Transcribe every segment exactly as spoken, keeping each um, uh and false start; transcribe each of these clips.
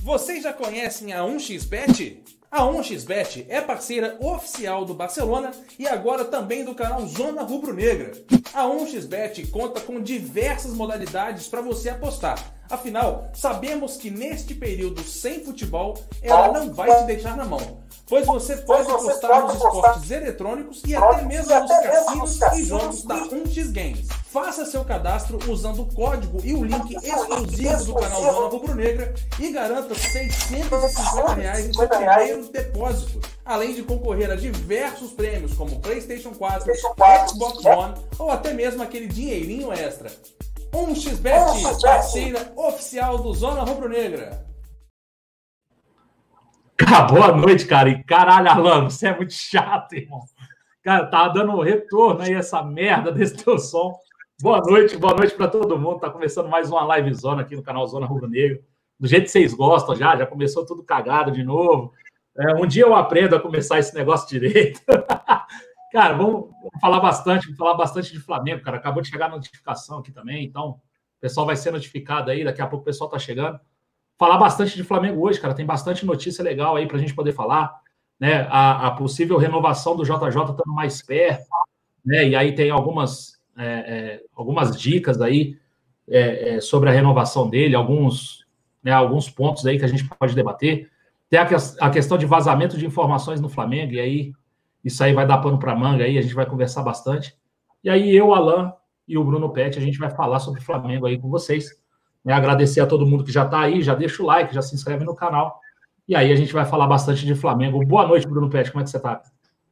Vocês já conhecem a um x bet? A um x bet é parceira oficial do Barcelona e agora também do canal Zona Rubro-Negra. A um x bet conta com diversas modalidades para você apostar. Afinal, sabemos que neste período sem futebol, ela não vai te deixar na mão, pois você pode apostar nos esportes eletrônicos e até mesmo nos cassinos e jogos da um x Games. Faça seu cadastro usando o código e o link exclusivo do canal Zona Rubro-Negra e garanta seiscentos e cinquenta reais em seu primeiro depósito, além de concorrer a diversos prêmios como PlayStation quatro, Xbox One ou até mesmo aquele dinheirinho extra. um x bet, parceira oficial do Zona Rubro-Negra. Ah, boa noite, cara. E caralho, Alan, você é muito chato, irmão. Cara, tá dando um retorno aí essa merda desse teu som. Boa noite, boa noite para todo mundo. Tá começando mais uma live zona aqui no canal Zona Rubro-Negra. Do jeito que vocês gostam já, já começou tudo cagado de novo. É, um dia eu aprendo a começar esse negócio direito. Cara, vamos falar bastante, vamos falar bastante de Flamengo, cara. Acabou de chegar a notificação aqui também, então o pessoal vai ser notificado aí, daqui a pouco o pessoal tá chegando. Falar bastante de Flamengo hoje, cara. Tem bastante notícia legal aí pra gente poder falar, né? A, a possível renovação do J J estando mais perto, né? E aí tem algumas, é, é, algumas dicas aí é, é, sobre a renovação dele, alguns, né, alguns pontos aí que a gente pode debater. Tem a, a questão de vazamento de informações no Flamengo, e aí isso aí vai dar pano para manga aí, a gente vai conversar bastante. E aí eu, Alan e o Bruno Pet, a gente vai falar sobre o Flamengo aí com vocês. Né? Agradecer a todo mundo que já está aí, já deixa o like, já se inscreve no canal. E aí a gente vai falar bastante de Flamengo. Boa noite, Bruno Pet, como é que você está?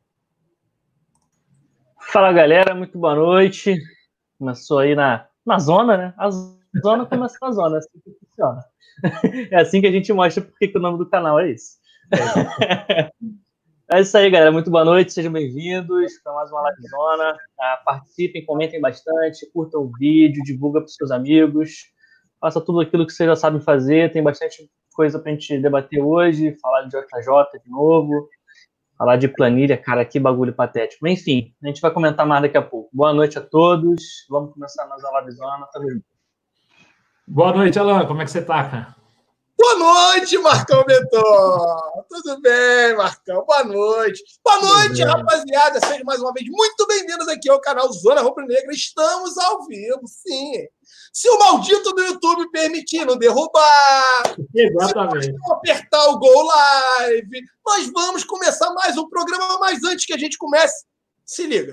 Fala, galera, muito boa noite. Começou aí na, na zona, né? A zona começa na zona, é assim que funciona. É assim que a gente mostra porque que o nome do canal é esse. É. É isso aí, galera. Muito boa noite, sejam bem-vindos para mais uma live zona. Ah, participem, comentem bastante, curtam o vídeo, divulga para os seus amigos, faça tudo aquilo que vocês já sabem fazer. Tem bastante coisa para a gente debater hoje, falar de J J de novo, falar de planilha, cara, que bagulho patético. Enfim, a gente vai comentar mais daqui a pouco. Boa noite a todos, vamos começar mais a live zona. Tá vendo? Boa noite, Alan, como é que você tá, cara? Boa noite, Marcão Beton! Tudo bem, Marcão? Boa noite. Boa noite, rapaziada. Sejam mais uma vez muito bem-vindos aqui ao canal Zona Rubro-Negra. Estamos ao vivo, sim. Se o maldito do YouTube permitir não derrubar, exatamente, se não apertar o Gol Live, nós vamos começar mais um programa, mas antes que a gente comece, se liga.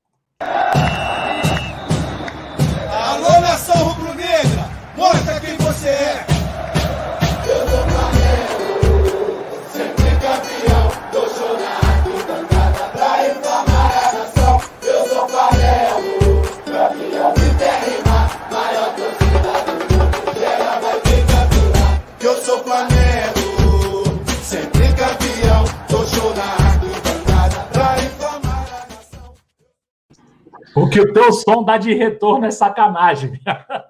Alô, nação rubro-negra, mostra quem você é. Eu sou Flamengo, sempre campeão, tô chorando, tancada pra inflamar a nação. Eu sou Flamengo, campeão de terra e mar, maior torcida do mundo, chega, vai ter campeão. Eu sou Flamengo, sempre campeão, tô chorando, tancada pra inflamar a nação. O que o teu som dá de retorno é sacanagem.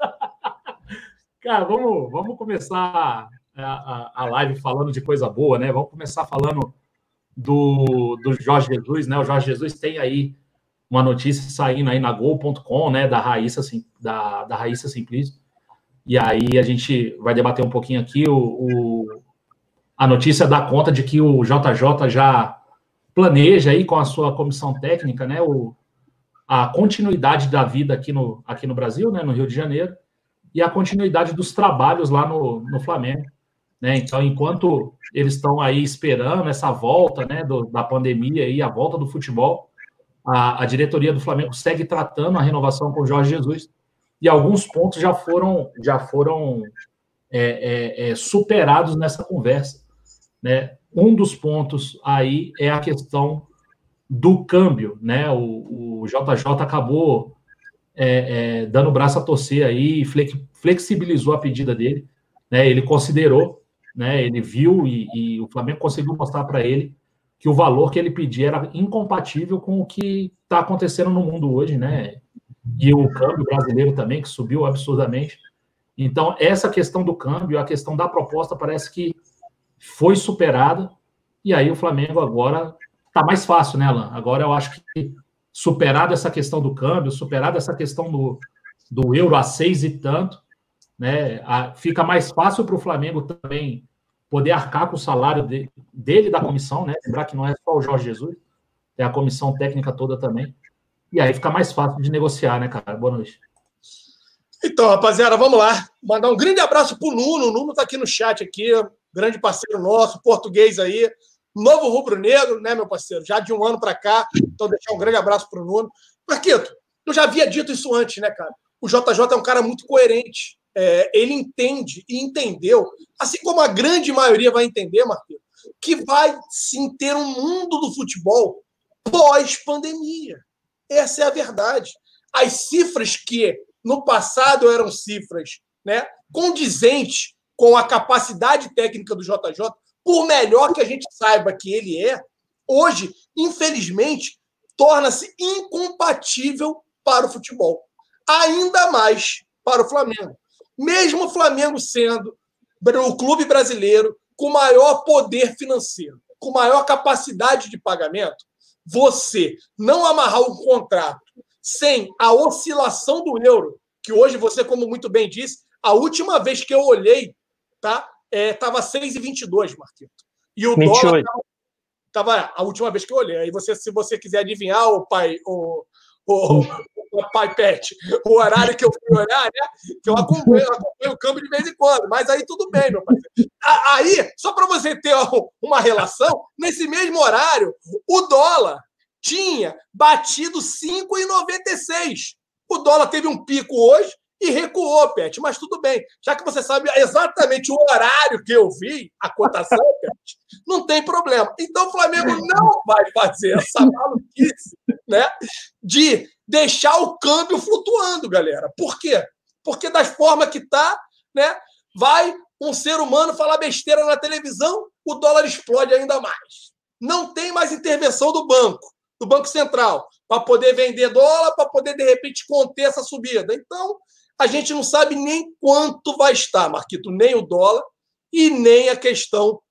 Cara, vamos, vamos começar a, a, a live falando de coisa boa, né? Vamos começar falando do, do Jorge Jesus, né? O Jorge Jesus tem aí uma notícia saindo aí na gol ponto com, né? Da Raíssa, da, da Raíssa Simplício. E aí a gente vai debater um pouquinho aqui. O, o, a notícia dá conta de que o J J já planeja aí com a sua comissão técnica, né? O, a continuidade da vida aqui no, aqui no Brasil, né? No Rio de Janeiro. E a continuidade dos trabalhos lá no, no Flamengo. Né? Então, enquanto eles estão aí esperando essa volta, né, do, da pandemia, e a volta do futebol, a, a diretoria do Flamengo segue tratando a renovação com o Jorge Jesus, e alguns pontos já foram, já foram é, é, é, superados nessa conversa. Né? Um dos pontos aí é a questão do câmbio. Né? O, o J J acabou é, é, dando o braço a torcer aí, flexibilizou a pedida dele. Né? Ele considerou, né, ele viu e, e o Flamengo conseguiu mostrar para ele que o valor que ele pedia era incompatível com o que está acontecendo no mundo hoje, né? E o câmbio brasileiro também, que subiu absurdamente. Então, essa questão do câmbio, a questão da proposta, parece que foi superada, e aí o Flamengo agora está mais fácil, né, Alan? Agora eu acho que superada essa questão do câmbio, superada essa questão do, do euro a seis e tanto, né, a, fica mais fácil para o Flamengo também poder arcar com o salário de, dele e da comissão, né? Lembrar que não é só o Jorge Jesus, é a comissão técnica toda também. E aí fica mais fácil de negociar, né, cara? Boa noite. Então, rapaziada, vamos lá. Mandar um grande abraço pro Nuno. O Nuno tá aqui no chat, aqui, grande parceiro nosso, português aí. Novo rubro-negro, né, meu parceiro? Já de um ano para cá. Então, deixar um grande abraço pro Nuno. Marquito, eu já havia dito isso antes, né, cara? O J J é um cara muito coerente. É, ele entende e entendeu, assim como a grande maioria vai entender, Marquito, que vai sim ter um mundo do futebol pós-pandemia. Essa é a verdade. As cifras que no passado eram cifras, né, condizentes com a capacidade técnica do J J, por melhor que a gente saiba que ele é, hoje, infelizmente, torna-se incompatível para o futebol. Ainda mais para o Flamengo. Mesmo o Flamengo sendo o clube brasileiro com maior poder financeiro, com maior capacidade de pagamento, você não amarrar um contrato sem a oscilação do euro, que hoje você, como muito bem disse, a última vez que eu olhei, tá, estava seis e vinte e dois, Marquito. E o vinte e oito. dólar estava a última vez que eu olhei. Aí você, se você quiser adivinhar, o pai, o, o, o pai Pet, o horário que eu fui olhar, né? Que eu acompanho, eu acompanho o câmbio de vez em quando, mas aí tudo bem, meu parceiro. Aí, só para você ter uma relação, nesse mesmo horário, o dólar tinha batido cinco e noventa e seis. O dólar teve um pico hoje e recuou, Pet, mas tudo bem. Já que você sabe exatamente o horário que eu vi, a cotação, Pet, não tem problema. Então o Flamengo não vai fazer essa maluquice, né, de deixar o câmbio flutuando, galera. Por quê? Porque das formas que está, né, vai um ser humano falar besteira na televisão, o dólar explode ainda mais. Não tem mais intervenção do banco, do Banco Central, para poder vender dólar, para poder, de repente, conter essa subida. Então, a gente não sabe nem quanto vai estar, Marquito, nem o dólar e nem a questão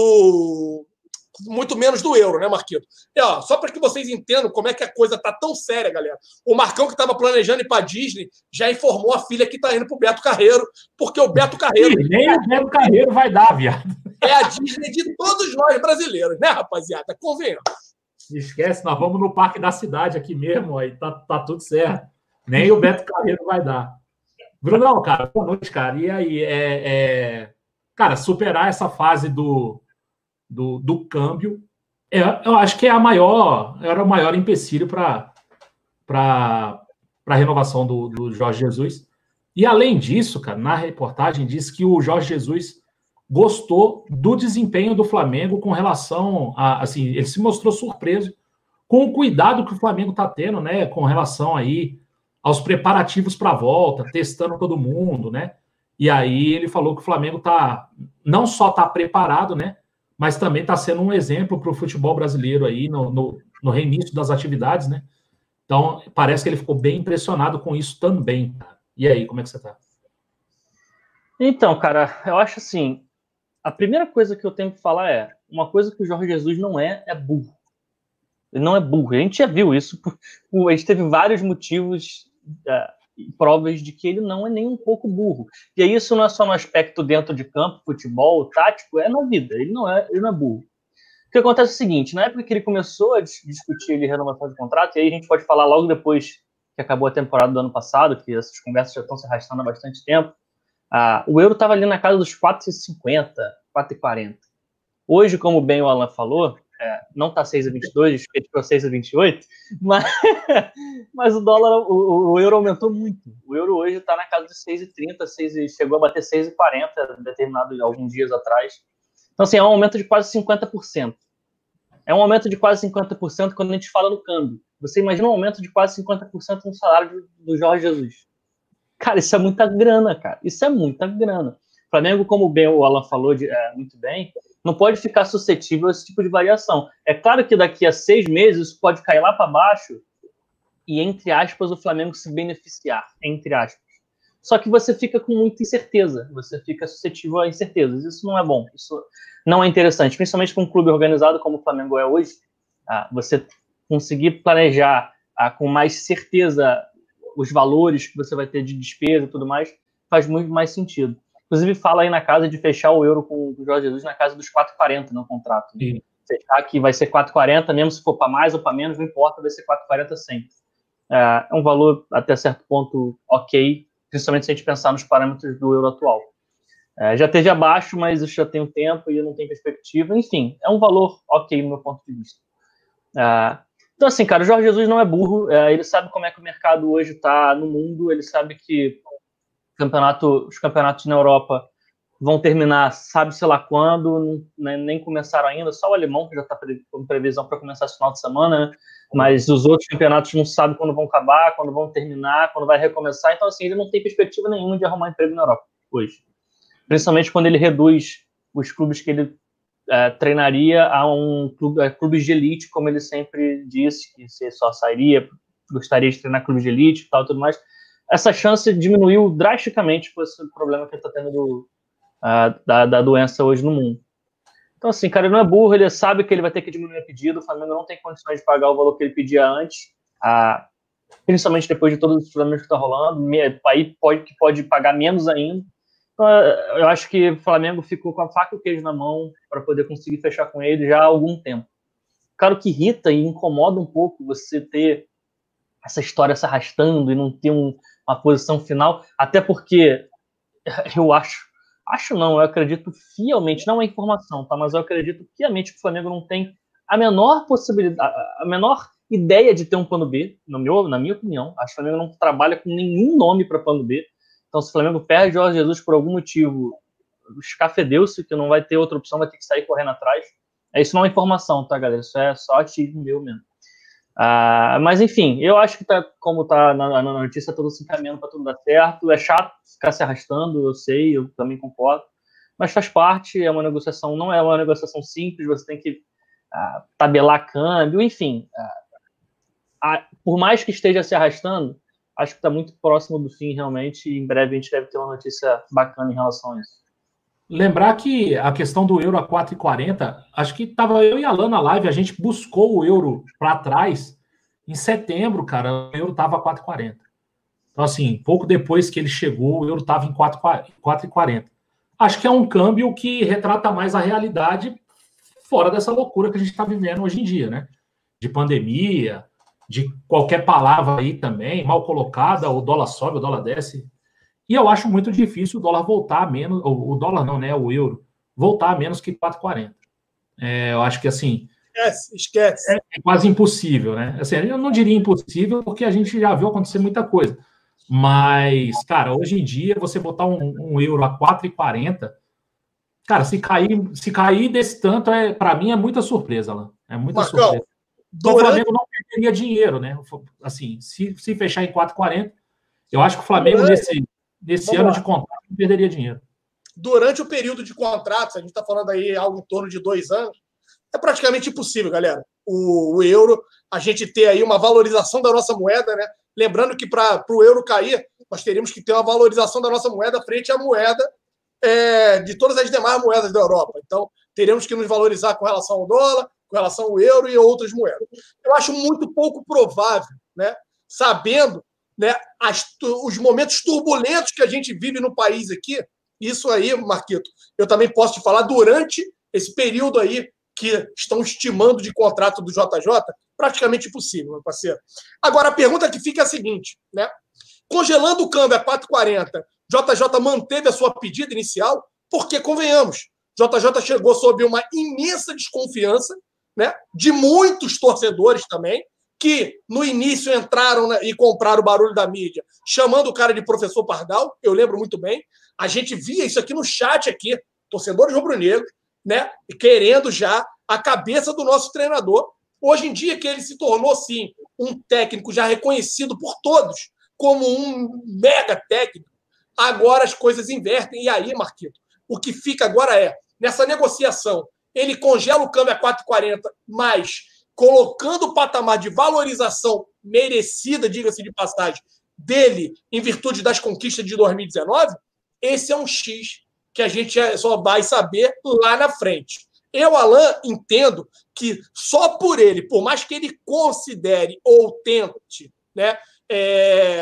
do... muito menos do euro, né, Marquito? E, ó, só para que vocês entendam como é que a coisa tá tão séria, galera. O Marcão, que estava planejando ir para Disney, já informou a filha que está indo para o Beto Carreiro, porque o Beto Carreiro... Sim, nem o Beto Carreiro vai dar, viado. É a Disney de todos nós brasileiros, né, rapaziada? Convenhamos. Esquece, nós vamos no Parque da Cidade aqui mesmo, aí tá, tá tudo certo. Nem o Beto Carreiro vai dar. Brunão, cara, boa noite, cara. E aí, é, é... cara, superar essa fase do, do, do câmbio, é, eu acho que é a maior, era o maior empecilho para a renovação do, do Jorge Jesus. E além disso, cara, na reportagem diz que o Jorge Jesus gostou do desempenho do Flamengo com relação a, assim, ele se mostrou surpreso com o cuidado que o Flamengo está tendo, né, com relação aí aos preparativos para a volta, testando todo mundo, né? E aí ele falou que o Flamengo tá, não só está preparado, né? Mas também está sendo um exemplo para o futebol brasileiro aí no, no, no reinício das atividades, né? Então, parece que ele ficou bem impressionado com isso também. E aí, como é que você está? Então, cara, eu acho assim, a primeira coisa que eu tenho que falar é, uma coisa que o Jorge Jesus não é, é burro. Ele não é burro. A gente já viu isso. A gente teve vários motivos, uh, provas de que ele não é nem um pouco burro. E aí isso não é só no aspecto dentro de campo, futebol, tático, é na vida. Ele não é, ele não é burro. O que acontece é o seguinte, na época que ele começou a discutir a renovação de contrato, e aí a gente pode falar logo depois que acabou a temporada do ano passado, que essas conversas já estão se arrastando há bastante tempo, uh, o euro estava ali na casa dos quatro e cinquenta, quatro e quarenta. Hoje, como bem o Alan falou, É, não está seis a vinte e dois, ficou seis a vinte e oito, mas, mas o dólar, o, o euro aumentou muito. O euro hoje está na casa de seis e trinta, seis, chegou a bater seis e quarenta, determinado alguns dias atrás. Então, assim, é um aumento de quase cinquenta por cento. É um aumento de quase cinquenta por cento quando a gente fala no câmbio. Você imagina um aumento de quase cinquenta por cento no salário do Jorge Jesus. Cara, isso é muita grana, cara. Isso é muita grana. O Flamengo, como bem o Alan falou de, é, muito bem, não pode ficar suscetível a esse tipo de variação. É claro que daqui a seis meses isso pode cair lá para baixo e, entre aspas, o Flamengo se beneficiar, entre aspas. Só que você fica com muita incerteza, você fica suscetível a incertezas. Isso não é bom, isso não é interessante, principalmente com um clube organizado como o Flamengo é hoje. Você conseguir planejar com mais certeza os valores que você vai ter de despesa e tudo mais, faz muito mais sentido. inclusive fala aí na casa de fechar o Euro com o Jorge Jesus na casa dos quatro e quarenta no contrato. Né? Fechar que vai ser quatro e quarenta, mesmo se for para mais ou para menos, não importa, vai ser quatro e quarenta sempre. É, é um valor até certo ponto ok, principalmente se a gente pensar nos parâmetros do Euro atual. É, já teve abaixo, mas isso já tem um tempo e não tem perspectiva. Enfim, é um valor ok no meu ponto de vista. É, então, assim, cara, o Jorge Jesus não é burro. É, ele sabe como é que o mercado hoje está no mundo. Ele sabe que campeonato, os campeonatos na Europa vão terminar, sabe-se lá quando, não, nem começaram ainda. Só o alemão, que já está com previsão para começar esse final de semana, né? Mas os outros campeonatos não sabem quando vão acabar, quando vão terminar, quando vai recomeçar. Então, assim, ele não tem perspectiva nenhuma de arrumar emprego na Europa hoje. Principalmente quando ele reduz os clubes que ele é, treinaria a um clube, a clubes de elite, como ele sempre disse, que se só sairia, gostaria de treinar clubes de elite e tal, tudo mais. Essa chance diminuiu drasticamente com esse problema que ele está tendo do, uh, da, da doença hoje no mundo. Então, assim, cara, ele não é burro, ele sabe que ele vai ter que diminuir o pedido, o Flamengo não tem condições de pagar o valor que ele pedia antes, uh, principalmente depois de todos os problemas que estão tá rolando, aí pode, que pode pagar menos ainda. Então, eu acho que o Flamengo ficou com a faca e o queijo na mão para poder conseguir fechar com ele já há algum tempo. Claro que irrita e incomoda um pouco você ter essa história se arrastando e não ter um, uma posição final, até porque eu acho, acho não, eu acredito fielmente, não é informação, tá? Mas eu acredito fielmente que o Flamengo não tem a menor possibilidade, a menor ideia de ter um plano B, no meu, na minha opinião. Acho que o Flamengo não trabalha com nenhum nome para plano B. Então, se o Flamengo perde Jorge Jesus por algum motivo, escafedeu-se, que não vai ter outra opção, vai ter que sair correndo atrás. Isso não é informação, tá, galera? Isso é só achismo meu mesmo. Ah, mas, enfim, eu acho que, tá, como tá na, na notícia, tudo se encaminhando para tudo dar certo. É chato ficar se arrastando, eu sei, eu também concordo. Mas faz parte, é uma negociação, não é uma negociação simples, você tem que ah, tabelar câmbio, enfim. Ah, ah, por mais que esteja se arrastando, acho que está muito próximo do fim, realmente, e em breve a gente deve ter uma notícia bacana em relação a isso. Lembrar que a questão do euro a quatro e quarenta, acho que estava eu e a Alan na live, a gente buscou o euro para trás, em setembro, cara, o euro estava a quatro e quarenta. Então, assim, pouco depois que ele chegou, o euro estava em quatro e quarenta. Acho que é um câmbio que retrata mais a realidade fora dessa loucura que a gente está vivendo hoje em dia, né? De pandemia, de qualquer palavra aí também, mal colocada, o dólar sobe, o dólar desce. E eu acho muito difícil o dólar voltar a menos, o dólar não, né, o euro, voltar a menos que quatro e quarenta. É, eu acho que, assim... Esquece, esquece. É, é quase impossível, né? Assim, eu não diria impossível, porque a gente já viu acontecer muita coisa. Mas, cara, hoje em dia, você botar um, um euro a quatro e quarenta, cara, se cair, se cair desse tanto, é, para mim, é muita surpresa, Alan. É muita Marcão, surpresa. Então, durante... o Flamengo não perderia dinheiro, né? Assim, se, se fechar em quatro e quarenta, eu acho que o Flamengo, durante... nesse, nesse ano lá. de contrato, não perderia dinheiro. Durante o período de contratos, a gente está falando aí algo em torno de dois anos, é praticamente impossível, galera. O, o euro, a gente ter aí uma valorização da nossa moeda, né? Lembrando que para o euro cair, nós teríamos que ter uma valorização da nossa moeda frente à moeda é, de todas as demais moedas da Europa. Então, teríamos que nos valorizar com relação ao dólar, com relação ao euro e outras moedas. Eu acho muito pouco provável, né? Sabendo, né, as, os momentos turbulentos que a gente vive no país aqui, isso aí, Marquito, eu também posso te falar, durante esse período aí que estão estimando de contrato do J J, praticamente impossível, meu parceiro. Agora, a pergunta que fica é a seguinte, né? Congelando o câmbio a quatro e quarenta, J J manteve a sua pedida inicial, porque, convenhamos, J J chegou sob uma imensa desconfiança, né, de muitos torcedores também, que no início entraram, né, e compraram o barulho da mídia, chamando o cara de professor Pardal, eu lembro muito bem. A gente via isso aqui no chat, aqui, torcedores rubro-negros, né, querendo já a cabeça do nosso treinador. Hoje em dia, que ele se tornou, sim, um técnico já reconhecido por todos como um mega técnico, agora as coisas invertem. E aí, Marquito, o que fica agora é, nessa negociação, ele congela o câmbio a quatro e quarenta, mas colocando o patamar de valorização merecida, diga-se de passagem, dele em virtude das conquistas de dois mil e dezenove, esse é um X que a gente só vai saber lá na frente. Eu, Alan, entendo que só por ele, por mais que ele considere ou tente, né, é,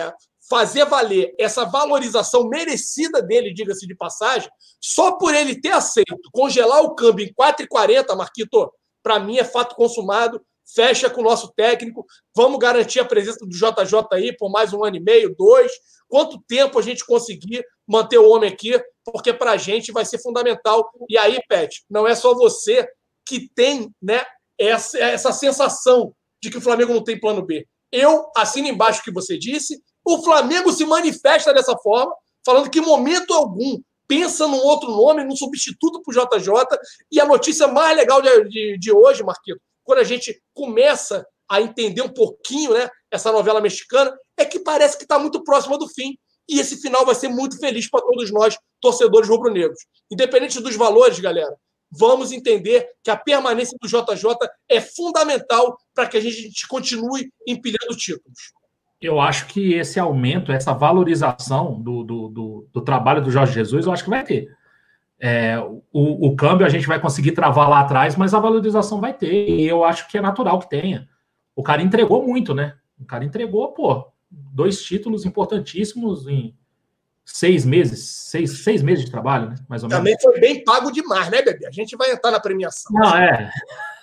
fazer valer essa valorização merecida dele, diga-se de passagem, só por ele ter aceito congelar o câmbio em quatro e quarenta, Marquito, para mim é fato consumado, fecha com o nosso técnico, vamos garantir a presença do J J aí por mais um ano e meio, dois, quanto tempo a gente conseguir manter o homem aqui, porque para a gente vai ser fundamental. E aí, Pet, não é só você que tem, né, essa, essa sensação de que o Flamengo não tem plano B. Eu assino embaixo o que você disse, o Flamengo se manifesta dessa forma, falando que em momento algum pensa num outro nome, num substituto para o J J, e a notícia mais legal de, de, de hoje, Marquito, quando a gente começa a entender um pouquinho, né, essa novela mexicana, é que parece que está muito próxima do fim, e esse final vai ser muito feliz para todos nós, torcedores rubro-negros. Independente dos valores, galera, vamos entender que a permanência do J J é fundamental para que a gente continue empilhando títulos. Eu acho que esse aumento, essa valorização do, do, do, do trabalho do Jorge Jesus, eu acho que vai ter. É, o, o câmbio a gente vai conseguir travar lá atrás, mas a valorização vai ter. E eu acho que é natural que tenha. O cara entregou muito, né? O cara entregou, pô, dois títulos importantíssimos em seis meses. Seis, seis meses de trabalho, né? Mais ou menos. Também foi bem pago demais, né, bebê? A gente vai entrar na premiação. Não, é.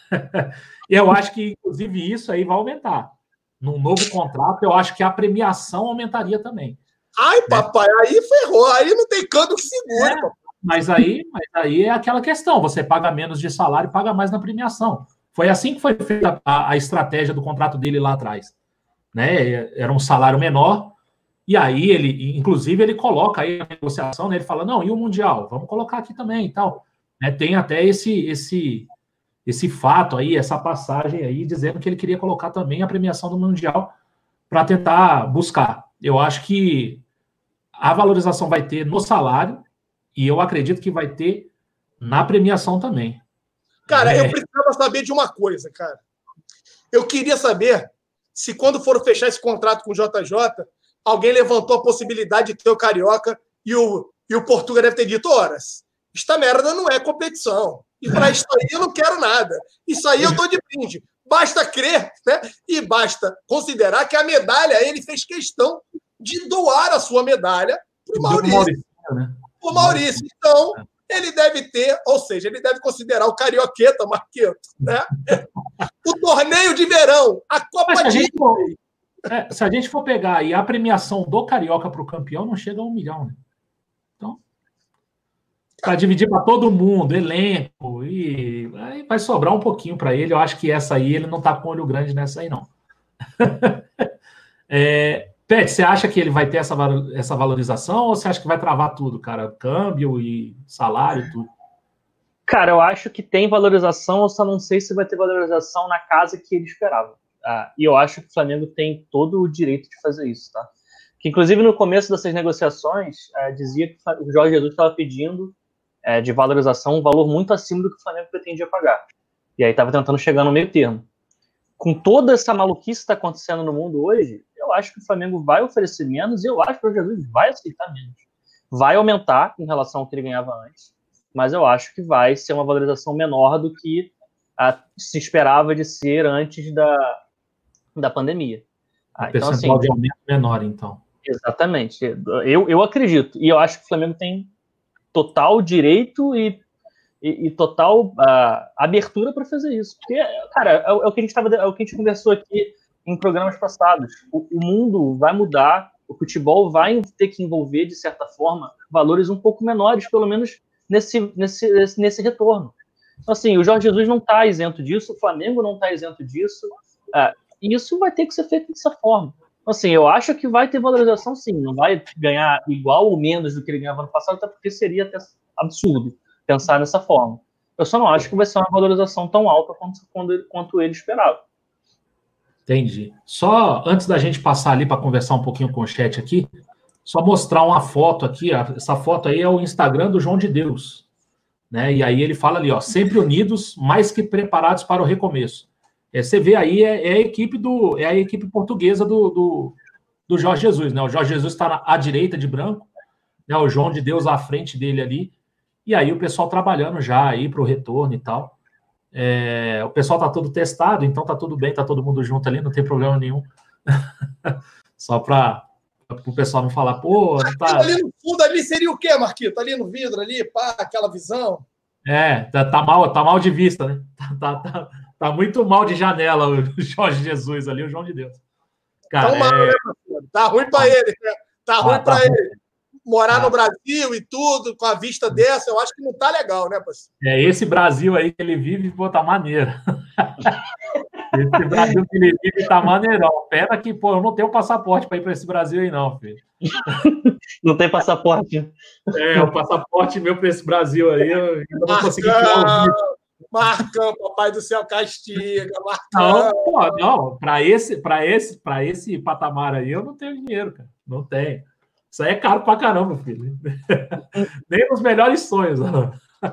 Eu acho que, inclusive, isso aí vai aumentar. Num novo contrato, eu acho que a premiação aumentaria também. Ai, papai, né? Aí ferrou. Aí não tem câmbio que segure, é. papai. Mas aí, mas aí é aquela questão, você paga menos de salário e paga mais na premiação. Foi assim que foi feita a, a estratégia do contrato dele lá atrás. Né? Era um salário menor, e aí ele, inclusive, ele coloca aí a negociação, né? Ele fala, não, e o Mundial? Vamos colocar aqui também e tal. Né? Tem até esse, esse, esse fato aí, essa passagem aí, dizendo que ele queria colocar também a premiação do Mundial para tentar buscar. Eu acho que a valorização vai ter no salário, e eu acredito que vai ter na premiação também. Cara, é... eu precisava saber de uma coisa, cara. Eu queria saber se quando for fechar esse contrato com o J J, alguém levantou a possibilidade de ter o Carioca e o, e o Portuga deve ter dito, horas, esta merda não é competição. E para isso aí eu não quero nada. Isso aí eu tô de brinde. Basta crer, né? E basta considerar que a medalha, ele fez questão de doar a sua medalha para o Maurício. Maurício né? O Maurício. Então, ele deve ter, ou seja, ele deve considerar o Carioqueta, Marquito, né? O torneio de verão, a Copa Mas, de... A for, é, se a gente for pegar aí a premiação do Carioca para o campeão, não chega a um milhão, né? Então, para dividir para todo mundo, elenco, e aí vai sobrar um pouquinho para ele. Eu acho que essa aí, ele não está com olho grande nessa aí, não. é... Pet, você acha que ele vai ter essa, essa valorização ou você acha que vai travar tudo, cara? Câmbio e salário e tudo? Cara, eu acho que tem valorização, eu só não sei se vai ter valorização na casa que ele esperava. Ah, e eu acho que o Flamengo tem todo o direito de fazer isso, tá? Que, inclusive, no começo dessas negociações, ah, dizia que o Jorge Jesus estava pedindo ah, de valorização um valor muito acima do que o Flamengo pretendia pagar. E aí estava tentando chegar no meio termo. Com toda essa maluquice que está acontecendo no mundo hoje, eu acho que o Flamengo vai oferecer menos e eu acho que o Jesus vai aceitar menos. Vai aumentar em relação ao que ele ganhava antes, mas eu acho que vai ser uma valorização menor do que a, se esperava de ser antes da, da pandemia. Ah, então, percentual assim, de aumento menor, então. Exatamente. Eu, eu acredito. E eu acho que o Flamengo tem total direito e E, e total uh, abertura para fazer isso. Porque, cara, é, é, o que a gente tava, é o que a gente conversou aqui em programas passados. O, o mundo vai mudar, o futebol vai ter que envolver, de certa forma, valores um pouco menores, pelo menos nesse, nesse, nesse retorno. Então, assim, o Jorge Jesus não está isento disso, o Flamengo não está isento disso, uh, e isso vai ter que ser feito dessa forma. Então, assim, eu acho que vai ter valorização, sim. Não vai ganhar igual ou menos do que ele ganhava no passado, até porque seria até absurdo pensar dessa forma. Eu só não acho que vai ser uma valorização tão alta quanto, quanto ele esperava. Entendi. Só antes da gente passar ali para conversar um pouquinho com o chat aqui, só mostrar uma foto aqui. Essa foto aí é o Instagram do João de Deus. Né? E aí ele fala ali, ó, sempre unidos, mais que preparados para o recomeço. É, você vê aí, é, é, a equipe do, é a equipe portuguesa do, do, do Jorge Jesus. Né? O Jorge Jesus está à direita de branco, né? O João de Deus à frente dele ali. E aí o pessoal trabalhando já aí para o retorno e tal. É, o pessoal tá todo testado, então tá tudo bem, tá todo mundo junto ali, não tem problema nenhum. Só para o pessoal não falar, pô, não tá... Ali no fundo, ali seria o quê, Marquito? Ali no vidro, ali, pá, aquela visão. É, tá, tá, mal, tá mal de vista, né? Tá, tá, tá, tá muito mal de janela o Jorge Jesus ali, o João de Deus. Cara, Tão mal, é... né, parceiro? Tá ruim pra ele, né? Tá ruim ah, pra tá ele. Morar ah. no Brasil e tudo, com a vista dessa, eu acho que não tá legal, né, parceiro? É esse Brasil aí que ele vive, pô, tá maneiro. Esse Brasil que ele vive tá maneirão. Pena que, pô, eu não tenho passaporte para ir para esse Brasil aí, não, filho. Não tem passaporte. É, o passaporte meu para esse Brasil aí, eu ainda não consegui tirar o Marcão, papai do céu castiga, Marcão. Não, pô, não, para esse, para esse, para esse patamar aí, eu não tenho dinheiro, cara. Não tenho. Isso aí é caro pra caramba, filho. Nem nos melhores sonhos, ó.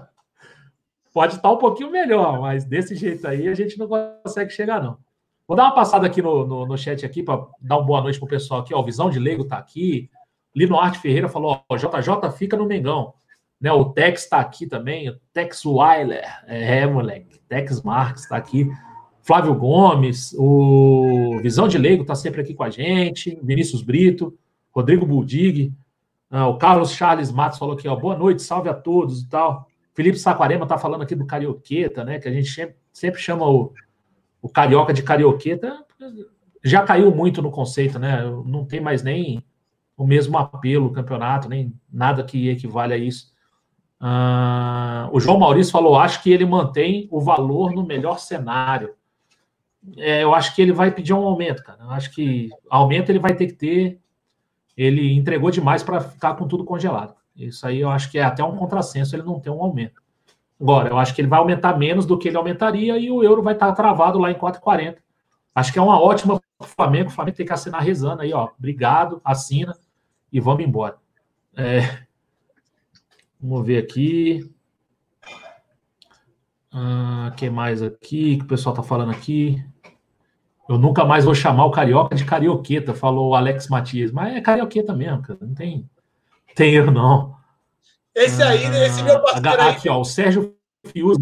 Pode estar um pouquinho melhor, mas desse jeito aí a gente não consegue chegar, não. Vou dar uma passada aqui no, no, no chat aqui para dar uma boa noite pro pessoal aqui. Ó, o Visão de Leigo tá aqui. Lino Arte Ferreira falou, ó, J J fica no Mengão. Né, o Tex tá aqui também, o Tex Weiler. É, moleque. Tex Marques tá aqui. Flávio Gomes, o Visão de Leigo tá sempre aqui com a gente. Vinícius Brito, Rodrigo Buldig. Ah, o Carlos Charles Matos falou aqui, ó, boa noite, salve a todos e tal. Felipe Saquarema tá falando aqui do Carioqueta, né? Que a gente sempre, sempre chama o, o Carioca de Carioqueta. Já caiu muito no conceito, né? Não tem mais nem o mesmo apelo o campeonato, nem nada que equivale a isso. Ah, o João Maurício falou, acho que ele mantém o valor no melhor cenário. É, eu acho que ele vai pedir um aumento, cara. Eu acho que aumento ele vai ter que ter. Ele entregou demais para ficar com tudo congelado. Isso aí eu acho que é até um contrassenso ele não ter um aumento. Agora, eu acho que ele vai aumentar menos do que ele aumentaria e o euro vai estar travado lá em quatro e quarenta. Acho que é uma ótima para o Flamengo. O Flamengo tem que assinar rezando aí, ó. Obrigado, assina e vamos embora. É... Vamos ver aqui. O ah, que mais aqui que o pessoal está falando aqui? Eu nunca mais vou chamar o Carioca de Carioqueta, falou o Alex Matias. Mas é Carioqueta mesmo, cara. Não tem... Tem eu, não. Esse aí, ah, esse meu parceiro aí... Aqui, ó, o Sérgio Fiuza.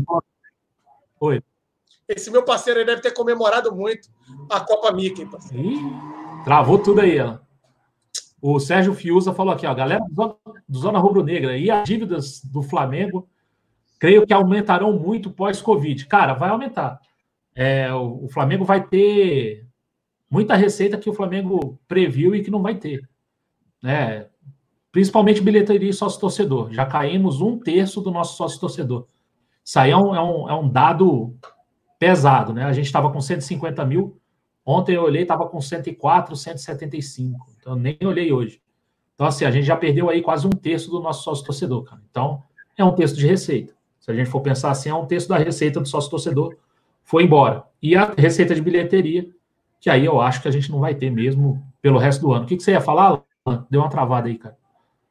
Oi. Esse meu parceiro aí deve ter comemorado muito a Copa Mickey, parceiro. Ih, travou tudo aí, ó. O Sérgio Fiuza falou aqui, ó, galera do Zona, do Zona Rubro-Negra, e as dívidas do Flamengo, creio que aumentarão muito pós-Covid. Cara, vai aumentar. É, o, o Flamengo vai ter muita receita que o Flamengo previu e que não vai ter. Né? Principalmente bilheteria e sócio-torcedor. Já caímos um terço do nosso sócio-torcedor. Isso aí é um, é um, é um dado pesado, né? A gente estava com cento e cinquenta mil. Ontem eu olhei, estava com cento e quatro, cento e setenta e cinco. Então, nem olhei hoje. Então, assim, a gente já perdeu aí quase um terço do nosso sócio-torcedor, cara. Então, é um terço de receita. Se a gente for pensar assim, é um terço da receita do sócio-torcedor foi embora. E a receita de bilheteria, que aí eu acho que a gente não vai ter mesmo pelo resto do ano. O que, que você ia falar, Alan? Deu uma travada aí, cara.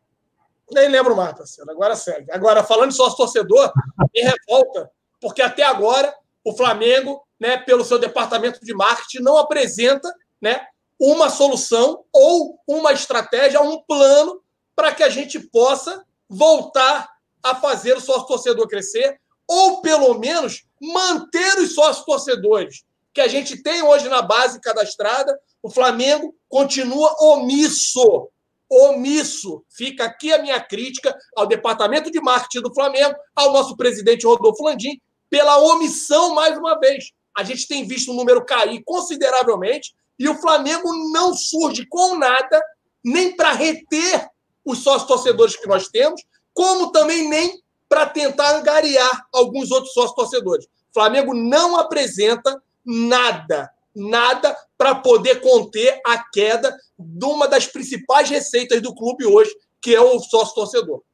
Nem lembro mais, parceiro. Agora segue. Agora, falando de sócio-torcedor, me revolta, porque até agora o Flamengo, né, pelo seu departamento de marketing, não apresenta, né, uma solução ou uma estratégia, um plano para que a gente possa voltar a fazer o sócio-torcedor crescer ou, pelo menos, manter os sócios-torcedores que a gente tem hoje na base cadastrada. O Flamengo continua omisso. Omisso. Fica aqui a minha crítica ao departamento de marketing do Flamengo, ao nosso presidente Rodolfo Landim, pela omissão, mais uma vez. A gente tem visto o número cair consideravelmente e o Flamengo não surge com nada, nem para reter os sócios-torcedores que nós temos, como também nem para tentar angariar alguns outros sócios-torcedores. O Flamengo não apresenta nada, nada para poder conter a queda de uma das principais receitas do clube hoje, que é o sócio-torcedor.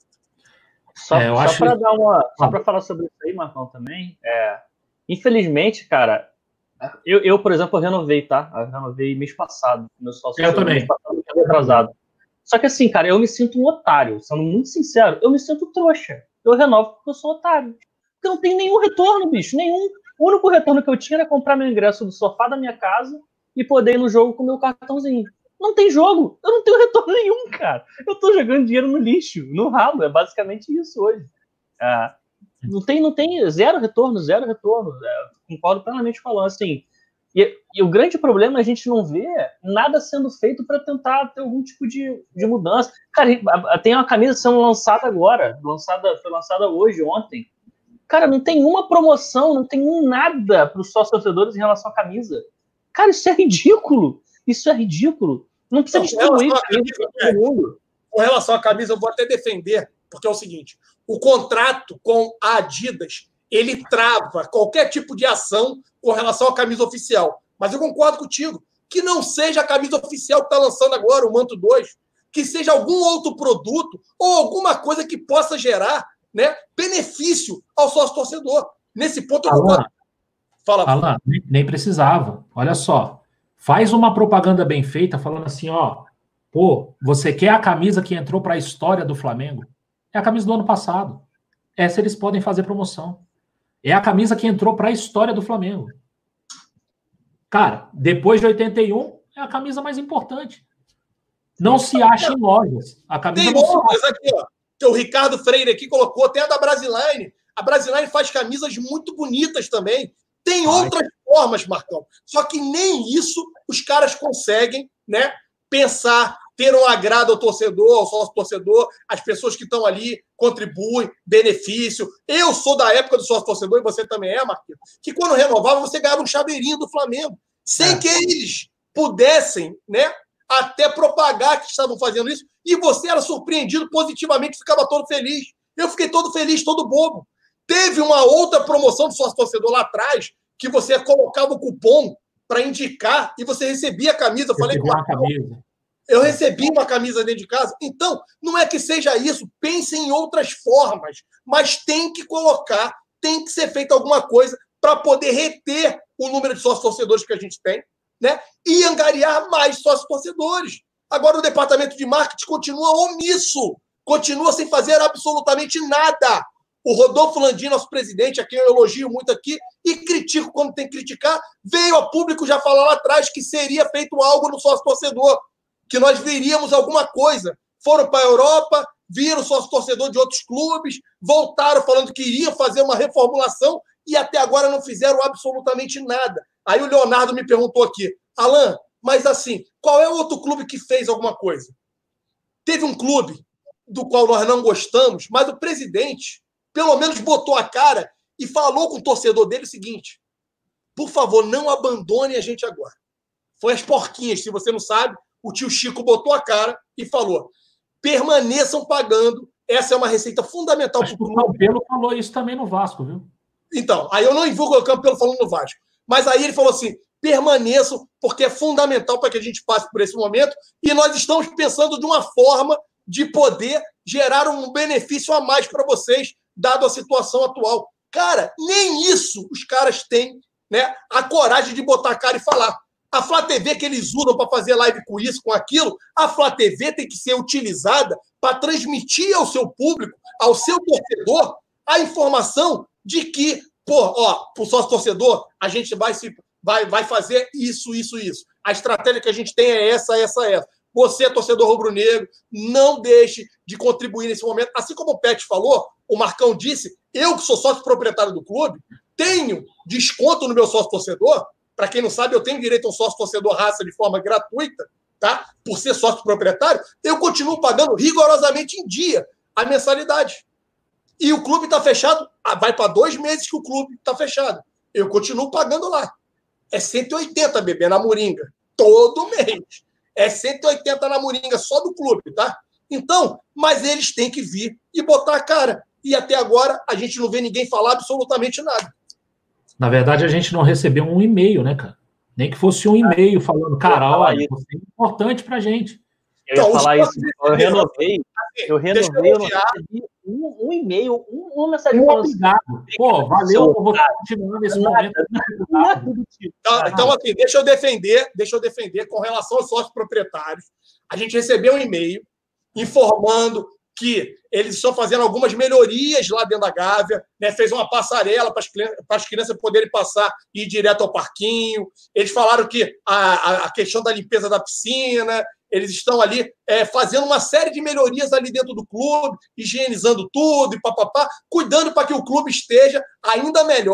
Só, é, só acho... para dar uma, só para falar sobre isso aí, Marcão, também. É, infelizmente, cara, eu, eu, por exemplo, eu renovei, tá? Eu renovei mês passado, meu sócio. Eu também. Mês passado, eu atrasado. Só que assim, cara, eu me sinto um otário, sendo muito sincero, eu me sinto trouxa. Eu renovo porque eu sou otário. Porque não tem nenhum retorno, bicho, nenhum. O único retorno que eu tinha era comprar meu ingresso do sofá da minha casa e poder ir no jogo com o meu cartãozinho. Não tem jogo, eu não tenho retorno nenhum, cara. Eu tô jogando dinheiro no lixo, no ralo, é basicamente isso hoje. É, não tem, não tem zero retorno, zero retorno. É, concordo plenamente falando, assim, E, e o grande problema é a gente não vê nada sendo feito para tentar ter algum tipo de, de mudança. Cara, tem uma camisa sendo lançada agora, lançada, foi lançada hoje, ontem. Cara, não tem uma promoção, não tem um nada para os sócios torcedores em relação à camisa. Cara, isso é ridículo. Isso é ridículo. Não precisa Não, distribuir com camisa para todo mundo. Com relação à camisa, eu vou até defender, porque é o seguinte, o contrato com a Adidas, ele trava qualquer tipo de ação com relação à camisa oficial. Mas eu concordo contigo, que não seja a camisa oficial que está lançando agora, o Manto dois, que seja algum outro produto ou alguma coisa que possa gerar, né, benefício ao sócio-torcedor. Nesse ponto, eu concordo. Fala. Alan, nem precisava. Olha só. Faz uma propaganda bem feita falando assim, ó, pô, você quer a camisa que entrou para a história do Flamengo? É a camisa do ano passado. Essa eles podem fazer promoção. É a camisa que entrou para a história do Flamengo. Cara, depois de oitenta e um, é a camisa mais importante. Não se acha em lojas. A camisa tem não outras aqui, ó. Que o Ricardo Freire aqui colocou, tem a da Brasiline. A Brasiline faz camisas muito bonitas também. Tem Ai. outras formas, Marcão. Só que nem isso os caras conseguem, né, pensar, ter um agrado ao torcedor, ao sócio-torcedor, as pessoas que estão ali contribuem, benefício. Eu sou da época do sócio-torcedor, e você também é, Marquinhos, que quando renovava, você ganhava um chaveirinho do Flamengo, sem é. que eles pudessem, né, até propagar que estavam fazendo isso, e você era surpreendido positivamente, ficava todo feliz. Eu fiquei todo feliz, todo bobo. Teve uma outra promoção do sócio-torcedor lá atrás, que você colocava o cupom para indicar e você recebia a camisa. Eu falei com a camisa. Eu recebi uma camisa dentro de casa. Então, não é que seja isso. Pense em outras formas. Mas tem que colocar, tem que ser feita alguma coisa para poder reter o número de sócios-torcedores que a gente tem, né? E angariar mais sócios-torcedores. Agora, o departamento de marketing continua omisso. Continua sem fazer absolutamente nada. O Rodolfo Landim, nosso presidente, a quem eu elogio muito aqui, e critico quando tem que criticar, veio a público já falar lá atrás que seria feito algo no sócio-torcedor, que nós veríamos alguma coisa. Foram para a Europa, viram sócio-torcedor de outros clubes, voltaram falando que iriam fazer uma reformulação e até agora não fizeram absolutamente nada. Aí o Leonardo me perguntou aqui, Alan, mas assim, qual é o outro clube que fez alguma coisa? Teve um clube do qual nós não gostamos, mas o presidente pelo menos botou a cara e falou com o torcedor dele o seguinte, por favor, não abandone a gente agora. Foi as porquinhas, se você não sabe, o tio Chico botou a cara e falou, permaneçam pagando, essa é uma receita fundamental para o clube. O Campelo falou isso também no Vasco, viu? Então, aí eu não invulgo o Campelo falando no Vasco, mas aí ele falou assim, permaneçam, porque é fundamental para que a gente passe por esse momento e nós estamos pensando de uma forma de poder gerar um benefício a mais para vocês, dado a situação atual. Cara, nem isso os caras têm, né, a coragem de botar a cara e falar. A Flá T V que eles usam para fazer live com isso, com aquilo, a Flá T V tem que ser utilizada para transmitir ao seu público, ao seu torcedor, a informação de que, pô, ó, pro sócio torcedor, a gente vai, se, vai, vai fazer isso, isso, isso. A estratégia que a gente tem é essa, essa, essa. Você, torcedor rubro-negro, não deixe de contribuir nesse momento. Assim como o Pet falou, o Marcão disse, eu que sou sócio proprietário do clube, tenho desconto no meu sócio-torcedor. Para quem não sabe, eu tenho direito a um sócio-torcedor raça de forma gratuita, tá? Por ser sócio proprietário, eu continuo pagando rigorosamente em dia a mensalidade. E o clube está fechado, vai para dois meses que o clube está fechado. Eu continuo pagando lá. É cento e oitenta, bebê, na Moringa. Todo mês. É cento e oitenta na Moringa, só do clube, tá? Então, mas eles têm que vir e botar a cara. E até agora, a gente não vê ninguém falar absolutamente nada. Na verdade, a gente não recebeu um e-mail, né, cara? Nem que fosse um e-mail falando, cara, olha, isso é importante pra gente. Eu ia então, falar isso, eu renovei, eu renovei, eu não recebi um, um e-mail, um, uma mensagem um obrigado. Pô, valeu, eu vou continuar nesse momento. Então, então, aqui, deixa eu defender, deixa eu defender com relação aos sócios proprietários. A gente recebeu um e-mail informando que eles estão fazendo algumas melhorias lá dentro da Gávea, né? Fez uma passarela para as crianças, para as crianças poderem passar e ir direto ao parquinho. Eles falaram que a, a questão da limpeza da piscina, eles estão ali é, fazendo uma série de melhorias ali dentro do clube, higienizando tudo e papapá, cuidando para que o clube esteja ainda melhor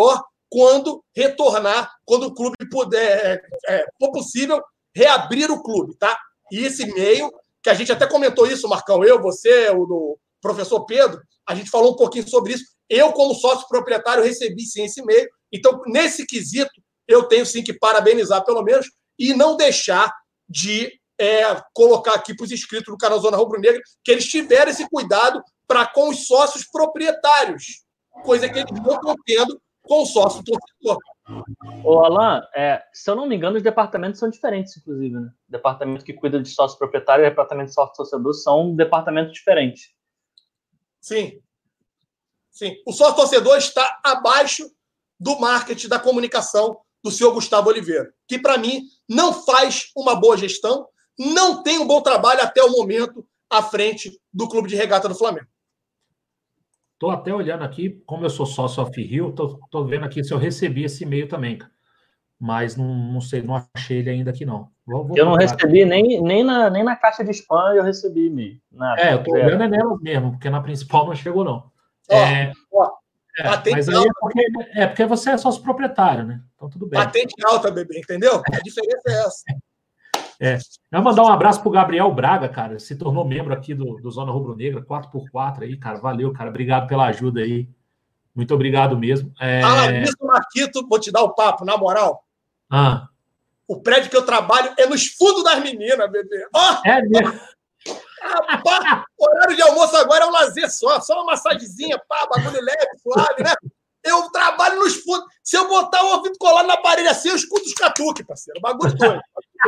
quando retornar, quando o clube puder, é, for possível, reabrir o clube, tá? E esse e-mail, que a gente até comentou isso, Marcão, eu, você, o do professor Pedro, a gente falou um pouquinho sobre isso. Eu, como sócio proprietário, recebi sim esse e-mail. Então, nesse quesito, eu tenho sim que parabenizar, pelo menos, e não deixar de é, colocar aqui para os inscritos do canal Zona Rubro Negra que eles tiveram esse cuidado para com os sócios proprietários, coisa que eles não estão tendo com o sócio torcedor. Ô, Alan, é, se eu não me engano, os departamentos são diferentes, inclusive, né? O departamento que cuida de sócio proprietário e o departamento de sócio torcedor são departamentos diferentes. Sim. Sim. O sócio torcedor está abaixo do marketing, da comunicação do senhor Gustavo Oliveira, que, para mim, não faz uma boa gestão, não tem um bom trabalho até o momento à frente do Clube de Regata do Flamengo. Estou até olhando aqui, como eu sou sócio off-Rio, estou vendo aqui se eu recebi esse e-mail também, mas não, não sei, não achei ele ainda aqui, não. Vou, vou eu não recebi nem, nem, na, nem na caixa de spam eu recebi e-mail. Nada. É, eu estou olhando é nela mesmo, porque na principal não chegou, não. Ó, é, ó, é, patente mas aí alta. é, porque, é porque você é sócio proprietário, né? Então tudo bem. Patente alta, bebê, entendeu? A diferença é essa. É. Eu vou mandar um abraço pro Gabriel Braga, cara. Se tornou membro aqui do, do Zona Rubro Negra, quatro por quatro aí, cara. Valeu, cara. Obrigado pela ajuda aí. Muito obrigado mesmo. É... Ah, isso, Marquito, vou te dar o papo, na moral. Ah. O prédio que eu trabalho é nos fundos das meninas, bebê. Ó! Oh! É mesmo? Rapaz, horário de almoço agora é um lazer só. Só uma massagenzinha, pá, bagulho leve, suave, né? Eu trabalho nos fundos. Se eu botar o ouvido colado na parede assim, eu escuto os catuques, parceiro. Bagulho doido.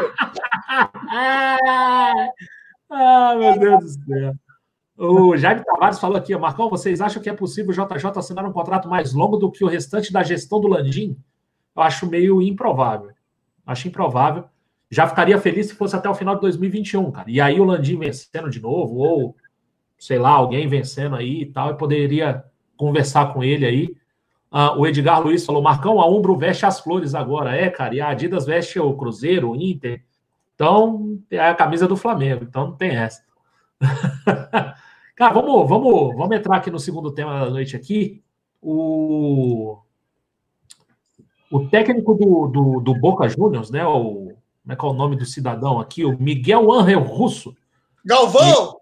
Ah, meu Deus do céu. O Jaime Tavares falou aqui, Marcão, vocês acham que é possível o J J assinar um contrato mais longo do que o restante da gestão do Landim? Eu acho meio improvável. Acho improvável. Já ficaria feliz se fosse até o final de dois mil e vinte e um, cara. E aí o Landim vencendo de novo, ou, sei lá, alguém vencendo aí e tal, eu poderia conversar com ele aí. Ah, o Edgar Luiz falou, Marcão, a Umbro veste as flores agora. É, cara, e a Adidas veste o Cruzeiro, o Inter. Então, é a camisa do Flamengo. Então, não tem essa. Cara, vamos, vamos, vamos entrar aqui no segundo tema da noite aqui. O, o técnico do, do, do Boca Juniors, né? O, como é que é o nome do cidadão aqui? O Miguel Ángel Russo. Galvão!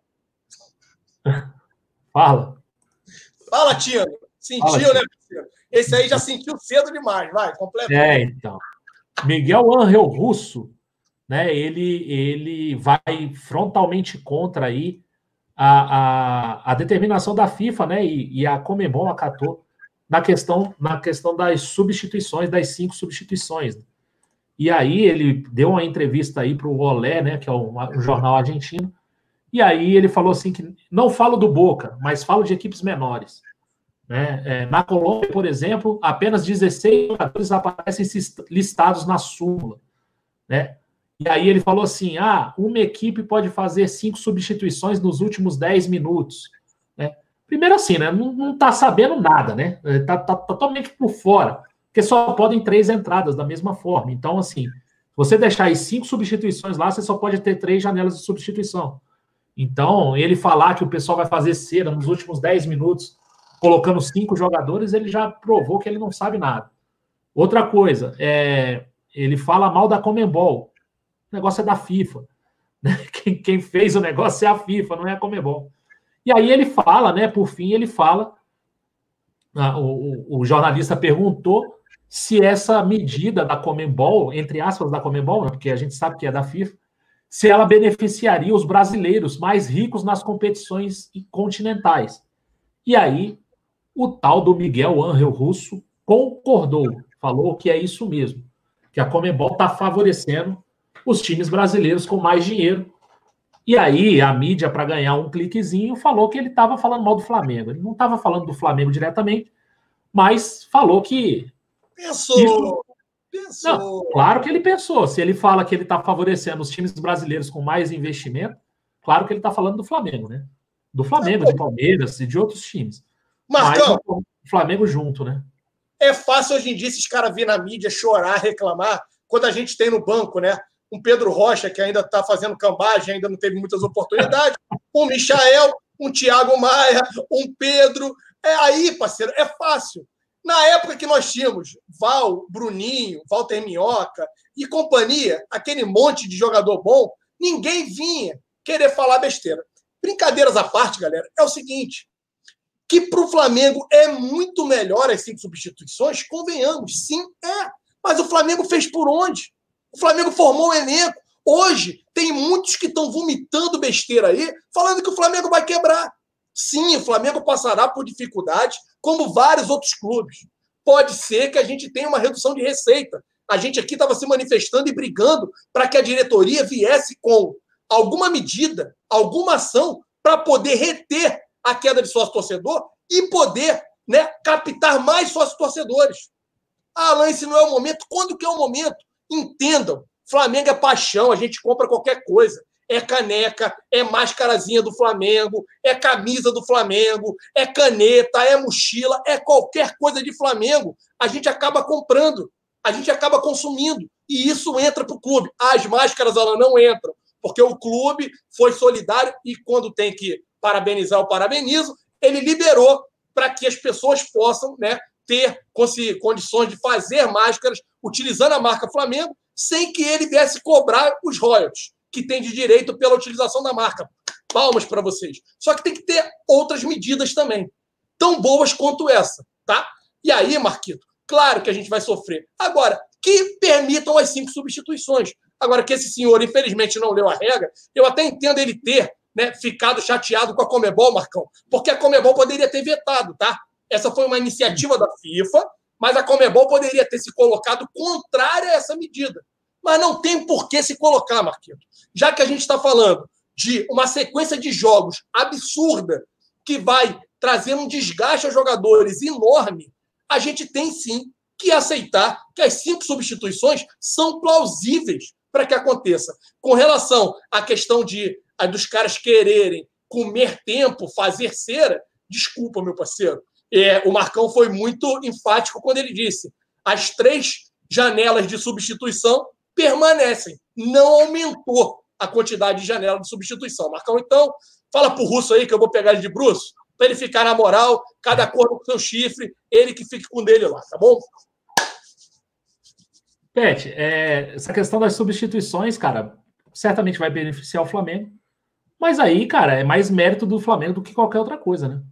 E... Fala. Fala, Tino. Sentiu, Fala, né, parceiro? Esse aí já sentiu cedo demais. Vai, completa. É, então. Miguel Ángel Russo, né? Ele, ele vai frontalmente contra aí a, a, a determinação da FIFA, né? E, e a Conmebol acatou na questão, na questão das substituições, das cinco substituições. E aí ele deu uma entrevista aí para o Olé, né? Que é um, um jornal argentino. E aí ele falou assim que não falo do Boca, mas falo de equipes menores. Né? É, na Colômbia, por exemplo, apenas dezesseis jogadores aparecem listados na súmula. Né? E aí ele falou assim, ah, uma equipe pode fazer cinco substituições nos últimos dez minutos. Né? Primeiro assim, né? não está sabendo nada, né? Está tá totalmente por fora, porque só podem três entradas da mesma forma. Então, assim, se você deixar aí cinco substituições lá, você só pode ter três janelas de substituição. Então, ele falar que o pessoal vai fazer cera nos últimos dez minutos, colocando cinco jogadores, ele já provou que ele não sabe nada. Outra coisa, é, ele fala mal da Conmebol. O negócio é da FIFA. Né? Quem, quem fez o negócio é a FIFA, não é a Conmebol. E aí ele fala, né? Por fim, ele fala. Ah, o, o jornalista perguntou se essa medida da Conmebol, entre aspas, da Conmebol, né, porque a gente sabe que é da FIFA, se ela beneficiaria os brasileiros mais ricos nas competições continentais. E aí, o tal do Miguel Ángel Russo concordou, falou que é isso mesmo, que a Conmebol está favorecendo os times brasileiros com mais dinheiro. E aí, a mídia, para ganhar um cliquezinho, falou que ele estava falando mal do Flamengo. Ele não estava falando do Flamengo diretamente, mas falou que... Pensou! Isso... Pensou. Não, claro que ele pensou. Se ele fala que ele está favorecendo os times brasileiros com mais investimento, claro que ele está falando do Flamengo, né? Do Flamengo, de Palmeiras e de outros times. Marcão, mas o Flamengo junto, né? É fácil hoje em dia esses caras virem na mídia chorar, reclamar, quando a gente tem no banco, né? Um Pedro Rocha, que ainda está fazendo cambagem, ainda não teve muitas oportunidades, um Michael, um Thiago Maia, um Pedro. É aí, parceiro, é fácil. Na época que nós tínhamos Val, Bruninho, Walter Minhoca e companhia, aquele monte de jogador bom, ninguém vinha querer falar besteira. Brincadeiras à parte, galera, é o seguinte, que para o Flamengo é muito melhor as cinco substituições, convenhamos, sim, é. Mas o Flamengo fez por onde? O Flamengo formou um elenco. Hoje, tem muitos que estão vomitando besteira aí, falando que o Flamengo vai quebrar. Sim, o Flamengo passará por dificuldades, como vários outros clubes. Pode ser que a gente tenha uma redução de receita. A gente aqui estava se manifestando e brigando para que a diretoria viesse com alguma medida, alguma ação para poder reter a queda de sócio-torcedor e poder, né, captar mais sócio-torcedores. Ah, Alan, esse não é o momento. Quando que é o momento? Entendam. Flamengo é paixão, a gente compra qualquer coisa. É caneca, é máscarazinha do Flamengo, é camisa do Flamengo, é caneta, é mochila, é qualquer coisa de Flamengo. A gente acaba comprando, a gente acaba consumindo. E isso entra para o clube. As máscaras, elas não entram, porque o clube foi solidário e quando tem que parabenizar, eu parabenizo, ele liberou para que as pessoas possam, né, ter condições de fazer máscaras utilizando a marca Flamengo sem que ele viesse cobrar os royalties que tem de direito pela utilização da marca. Palmas para vocês. Só que tem que ter outras medidas também, tão boas quanto essa, tá? E aí, Marquito, claro que a gente vai sofrer. Agora, que permitam as cinco substituições. Agora, que esse senhor, infelizmente, não leu a regra, eu até entendo ele ter, né, ficado chateado com a Conmebol, Marcão, porque a Conmebol poderia ter vetado, tá? Essa foi uma iniciativa da FIFA, mas a Conmebol poderia ter se colocado contrária a essa medida. Mas não tem por que se colocar, Marquito. Já que a gente está falando de uma sequência de jogos absurda que vai trazer um desgaste aos jogadores enorme, a gente tem sim que aceitar que as cinco substituições são plausíveis para que aconteça. Com relação à questão de a dos caras quererem comer tempo, fazer cera, desculpa, meu parceiro. É, o Marcão foi muito enfático quando ele disse as três janelas de substituição permanecem. Não aumentou a quantidade de janela de substituição. Marcão, então, fala pro Russo aí que eu vou pegar ele de bruço, para ele ficar na moral, cada acordo com seu chifre, ele que fique com dele lá, tá bom? Pet, é, essa questão das substituições, cara, certamente vai beneficiar o Flamengo, mas aí, cara, é mais mérito do Flamengo do que qualquer outra coisa, né?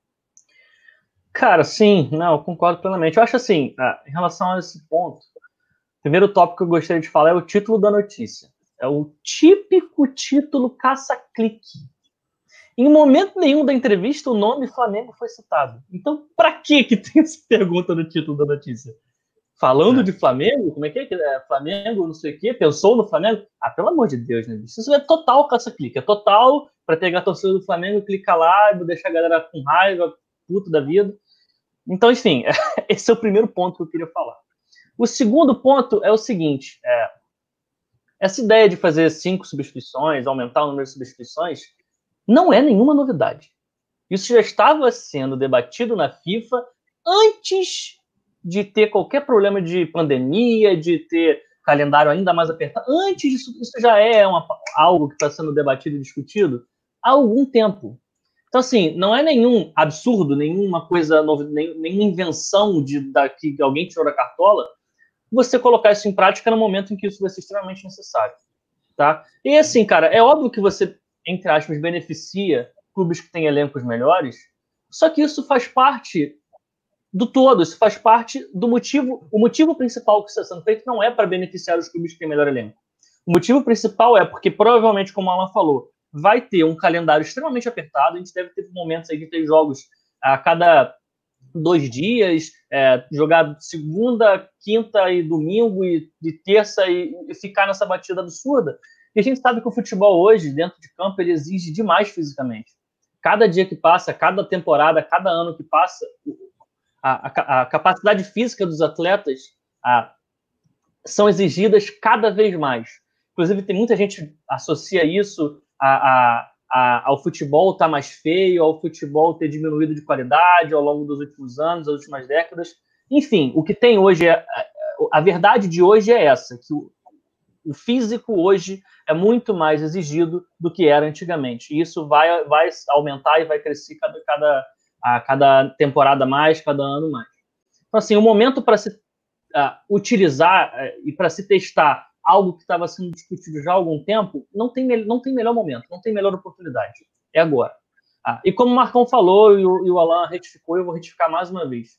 Cara, sim, não, eu concordo plenamente. Eu acho assim, em relação a esse ponto, o primeiro tópico que eu gostaria de falar é o título da notícia. É o típico título caça-clique. Em momento nenhum da entrevista, o nome Flamengo foi citado. Então, pra que que tem essa pergunta no título da notícia? Falando é. de Flamengo? Como é que é? é? Flamengo, não sei o quê? Pensou no Flamengo? Ah, pelo amor de Deus, né, bicho? Isso é total caça-clique. É total pra pegar a torcida do Flamengo, clicar lá e deixar a galera com raiva, puto da vida. Então, enfim, esse é o primeiro ponto que eu queria falar. O segundo ponto é o seguinte, é, essa ideia de fazer cinco substituições, aumentar o número de substituições, não é nenhuma novidade. Isso já estava sendo debatido na FIFA antes de ter qualquer problema de pandemia, de ter calendário ainda mais apertado. Antes disso, isso já é uma, algo que está sendo debatido e discutido há algum tempo. Então, assim, não é nenhum absurdo, nenhuma coisa, nem, nenhuma invenção de, da, que alguém tirou da cartola, você colocar isso em prática no momento em que isso vai ser extremamente necessário, tá? E, assim, cara, é óbvio que você, entre aspas, beneficia clubes que têm elencos melhores, só que isso faz parte do todo, isso faz parte do motivo, o motivo principal que está sendo feito não é para beneficiar os clubes que têm melhor elenco. O motivo principal é porque, provavelmente, como a Alan falou, vai ter um calendário extremamente apertado, a gente deve ter momentos aí de ter jogos a cada dois dias, é, jogar segunda, quinta e domingo, e de terça e, e ficar nessa batida absurda. E a gente sabe que o futebol hoje, dentro de campo, ele exige demais fisicamente. Cada dia que passa, cada temporada, cada ano que passa, a, a, a capacidade física dos atletas a, são exigidas cada vez mais. Inclusive, tem muita gente que associa isso A, a, a, ao futebol estar tá mais feio, ao futebol ter diminuído de qualidade ao longo dos últimos anos, das últimas décadas. Enfim, o que tem hoje, é, a verdade de hoje é essa, que o, o físico hoje é muito mais exigido do que era antigamente. E isso vai, vai aumentar e vai crescer cada, cada, a cada temporada mais, cada ano mais. Então, assim, o momento para se uh, utilizar uh, e para se testar algo que estava sendo discutido já há algum tempo, não tem, não tem melhor momento, não tem melhor oportunidade. É agora. Ah, e como o Marcão falou e o, e o Alan retificou, eu vou retificar mais uma vez.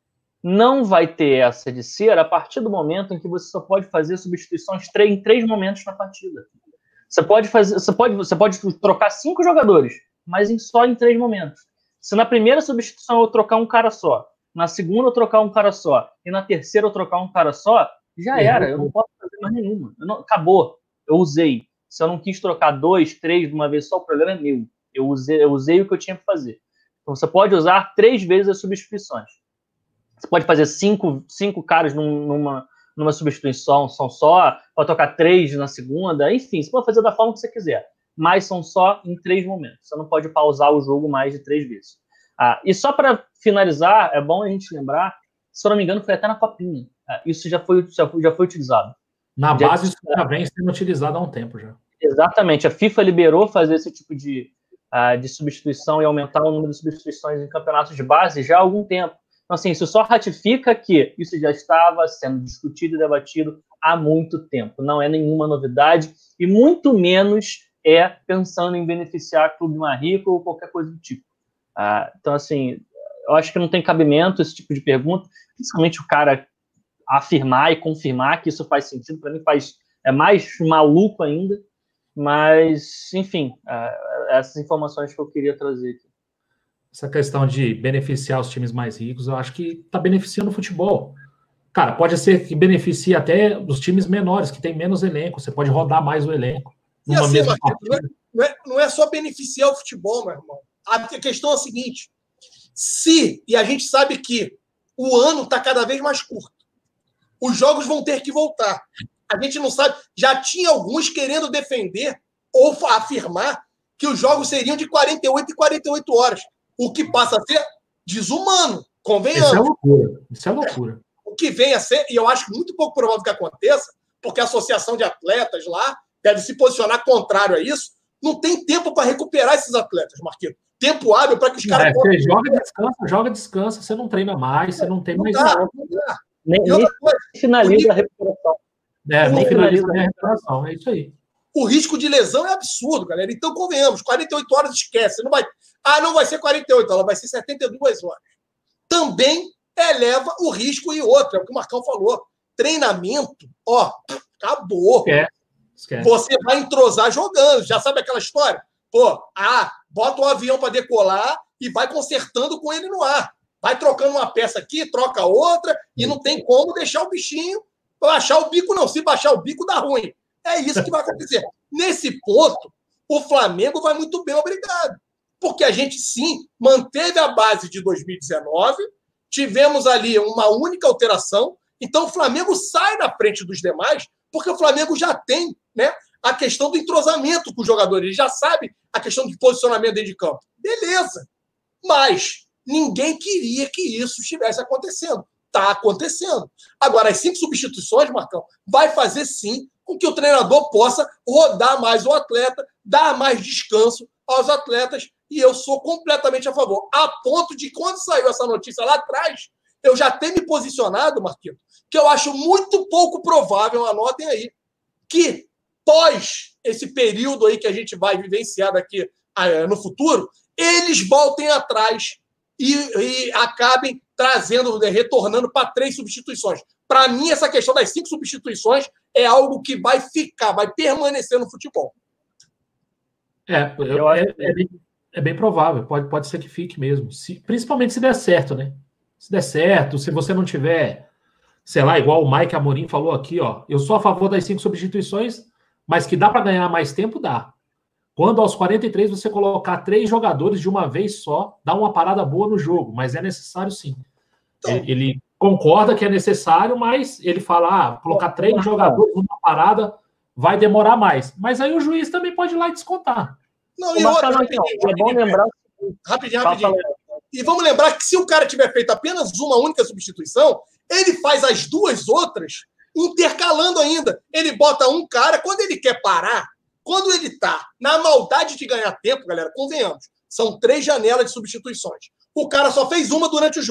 Não vai ter essa de ser a partir do momento em que você só pode fazer substituições em três momentos na partida. Você pode, fazer, você pode, você pode trocar cinco jogadores, mas em, só em três momentos. Se na primeira substituição eu trocar um cara só, na segunda eu trocar um cara só, e na terceira eu trocar um cara só, já era, eu não posso fazer mais nenhuma. Eu não, acabou, eu usei. Se eu não quis trocar dois, três de uma vez só, o problema é meu. Eu usei, eu usei o que eu tinha para fazer. Então você pode usar três vezes as substituições. Você pode fazer cinco, cinco caras num, numa, numa substituição são só, pode tocar três na segunda, enfim, você pode fazer da forma que você quiser. Mas são só em três momentos. Você não pode pausar o jogo mais de três vezes. Ah, e só para finalizar, é bom a gente lembrar, se eu não me engano, foi até na Copinha. Ah, isso já foi, já foi, já foi utilizado. Na já base, isso já vem sendo utilizado há um tempo já. Exatamente. A FIFA liberou fazer esse tipo de, uh, de substituição e aumentar o número de substituições em campeonatos de base já há algum tempo. Então, assim, isso só ratifica que isso já estava sendo discutido e debatido há muito tempo. Não é nenhuma novidade e muito menos é pensando em beneficiar clube mais rico ou qualquer coisa do tipo. Uh, então, assim, eu acho que não tem cabimento esse tipo de pergunta, principalmente o cara afirmar e confirmar que isso faz sentido. Para mim, faz, é mais maluco ainda. Mas, enfim, uh, essas informações que eu queria trazer aqui. Essa questão de beneficiar os times mais ricos, eu acho que está beneficiando o futebol. Cara, pode ser que beneficie até os times menores, que tem menos elenco. Você pode rodar mais o elenco. E assim, Marquinhos, não, é, não, é, não é só beneficiar o futebol, meu irmão. A questão é a seguinte: se, e a gente sabe que o ano está cada vez mais curto, os jogos vão ter que voltar. A gente não sabe. Já tinha alguns querendo defender ou afirmar que os jogos seriam de quarenta e oito e quarenta e oito horas. O que passa a ser desumano, convenhamos. Isso é loucura. Isso é loucura. O que vem a ser, e eu acho muito pouco provável que aconteça, porque a associação de atletas lá deve se posicionar contrário a isso, não tem tempo para recuperar esses atletas, Marquinhos. Tempo hábil para que os caras... É, você joga, descansa, joga, descansa, você não treina mais, você não tem não mais... Dá, não dá. Nem, nem finaliza a recuperação. É, não finaliza a recuperação, é isso aí. O risco de lesão é absurdo, galera. Então, convenhamos, quarenta e oito horas esquece. Não vai... Ah, não vai ser quarenta e oito, ela vai ser setenta e duas horas. Também eleva o risco e outra, é o que o Marcão falou. Treinamento, ó, acabou. Esquece, esquece. Você vai entrosar jogando. Já sabe aquela história? Pô, ah, bota um avião para decolar e vai consertando com ele no ar. Vai trocando uma peça aqui, troca outra, e não tem como deixar o bichinho baixar o bico, não. Se baixar o bico, dá ruim. É isso que vai acontecer. Nesse ponto, o Flamengo vai muito bem, obrigado. Porque a gente, sim, manteve a base de dois mil e dezenove, tivemos ali uma única alteração, então o Flamengo sai na frente dos demais, porque o Flamengo já tem, né, a questão do entrosamento com os jogadores, ele já sabe a questão de posicionamento dentro de campo. Beleza. Mas ninguém queria que isso estivesse acontecendo. Está acontecendo. Agora, as cinco substituições, Marcão, vai fazer, sim, com que o treinador possa rodar mais o atleta, dar mais descanso aos atletas, e eu sou completamente a favor. A ponto de, quando saiu essa notícia lá atrás, eu já ter me posicionado, Marquinhos, que eu acho muito pouco provável, anotem aí, que pós esse período aí que a gente vai vivenciar daqui no futuro, eles voltem atrás e, e acabem trazendo, retornando para três substituições. Para mim, essa questão das cinco substituições é algo que vai ficar, vai permanecer no futebol. É, eu, é, é, bem, é bem provável, pode, pode ser que fique mesmo. Se, principalmente se der certo, né? Se der certo, se você não tiver, sei lá, igual o Mike Amorim falou aqui, ó, eu sou a favor das cinco substituições, mas que dá para ganhar mais tempo, dá. Quando aos quarenta e três você colocar três jogadores de uma vez só, dá uma parada boa no jogo, mas é necessário sim. Então, ele, ele concorda que é necessário, mas ele fala, ah, colocar três jogadores numa parada vai demorar mais. Mas aí o juiz também pode ir lá e descontar. Não, e outra, rapidinho, é bom lembrar... Rapidinho, rapidinho. E vamos lembrar que se o cara tiver feito apenas uma única substituição, ele faz as duas outras intercalando ainda. Ele bota um cara, quando ele quer parar, quando ele está na maldade de ganhar tempo, galera, convenhamos, são três janelas de substituições. O cara só fez uma durante o jogo.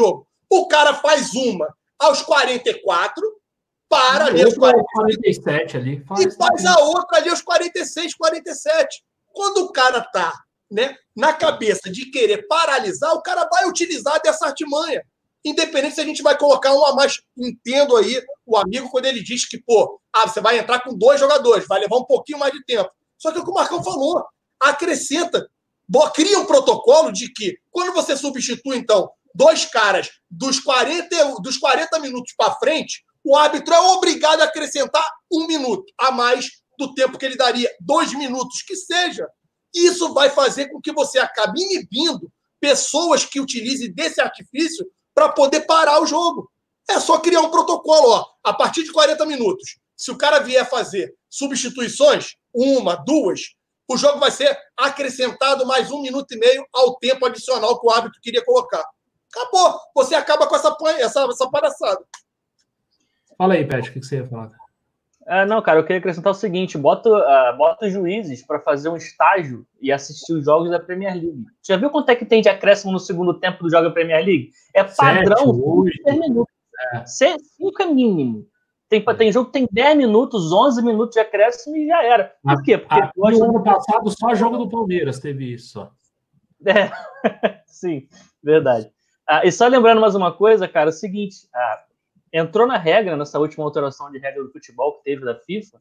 O cara faz uma aos quarenta e quatro, para ali aos quarenta e sete ali. Faz e faz a outra ali aos quarenta e seis, quarenta e sete. Quando o cara tá, né, na cabeça de querer paralisar, o cara vai utilizar dessa artimanha. Independente se a gente vai colocar um a mais. Entendo aí o amigo quando ele diz que, pô, ah, você vai entrar com dois jogadores, vai levar um pouquinho mais de tempo. Só que é o que o Marcão falou, acrescenta, cria um protocolo de que, quando você substitui, então, dois caras dos quarenta, dos quarenta minutos para frente, o árbitro é obrigado a acrescentar um minuto a mais do tempo que ele daria, dois minutos que seja. Isso vai fazer com que você acabe inibindo pessoas que utilizem desse artifício para poder parar o jogo. É só criar um protocolo, ó, a partir de quarenta minutos. Se o cara vier fazer substituições, uma, duas, o jogo vai ser acrescentado mais um minuto e meio ao tempo adicional que o árbitro queria colocar. Acabou. Você acaba com essa, essa, essa palhaçada. Fala aí, Pet, o que você ia falar? É, não, cara, eu queria acrescentar o seguinte, bota, uh, bota os juízes para fazer um estágio e assistir os jogos da Premier League. Já viu quanto é que tem de acréscimo no segundo tempo do jogo da Premier League? É padrão, cinco minutos. É. cinco é mínimo. Tem, tem jogo que tem dez minutos, onze minutos de acréscimo e já era. Por quê? Porque a, no ano passado, só jogo do Palmeiras teve isso. Ó. É, sim, verdade. Ah, e só lembrando mais uma coisa, cara, é o seguinte, ah, entrou na regra, nessa última alteração de regra do futebol que teve da FIFA,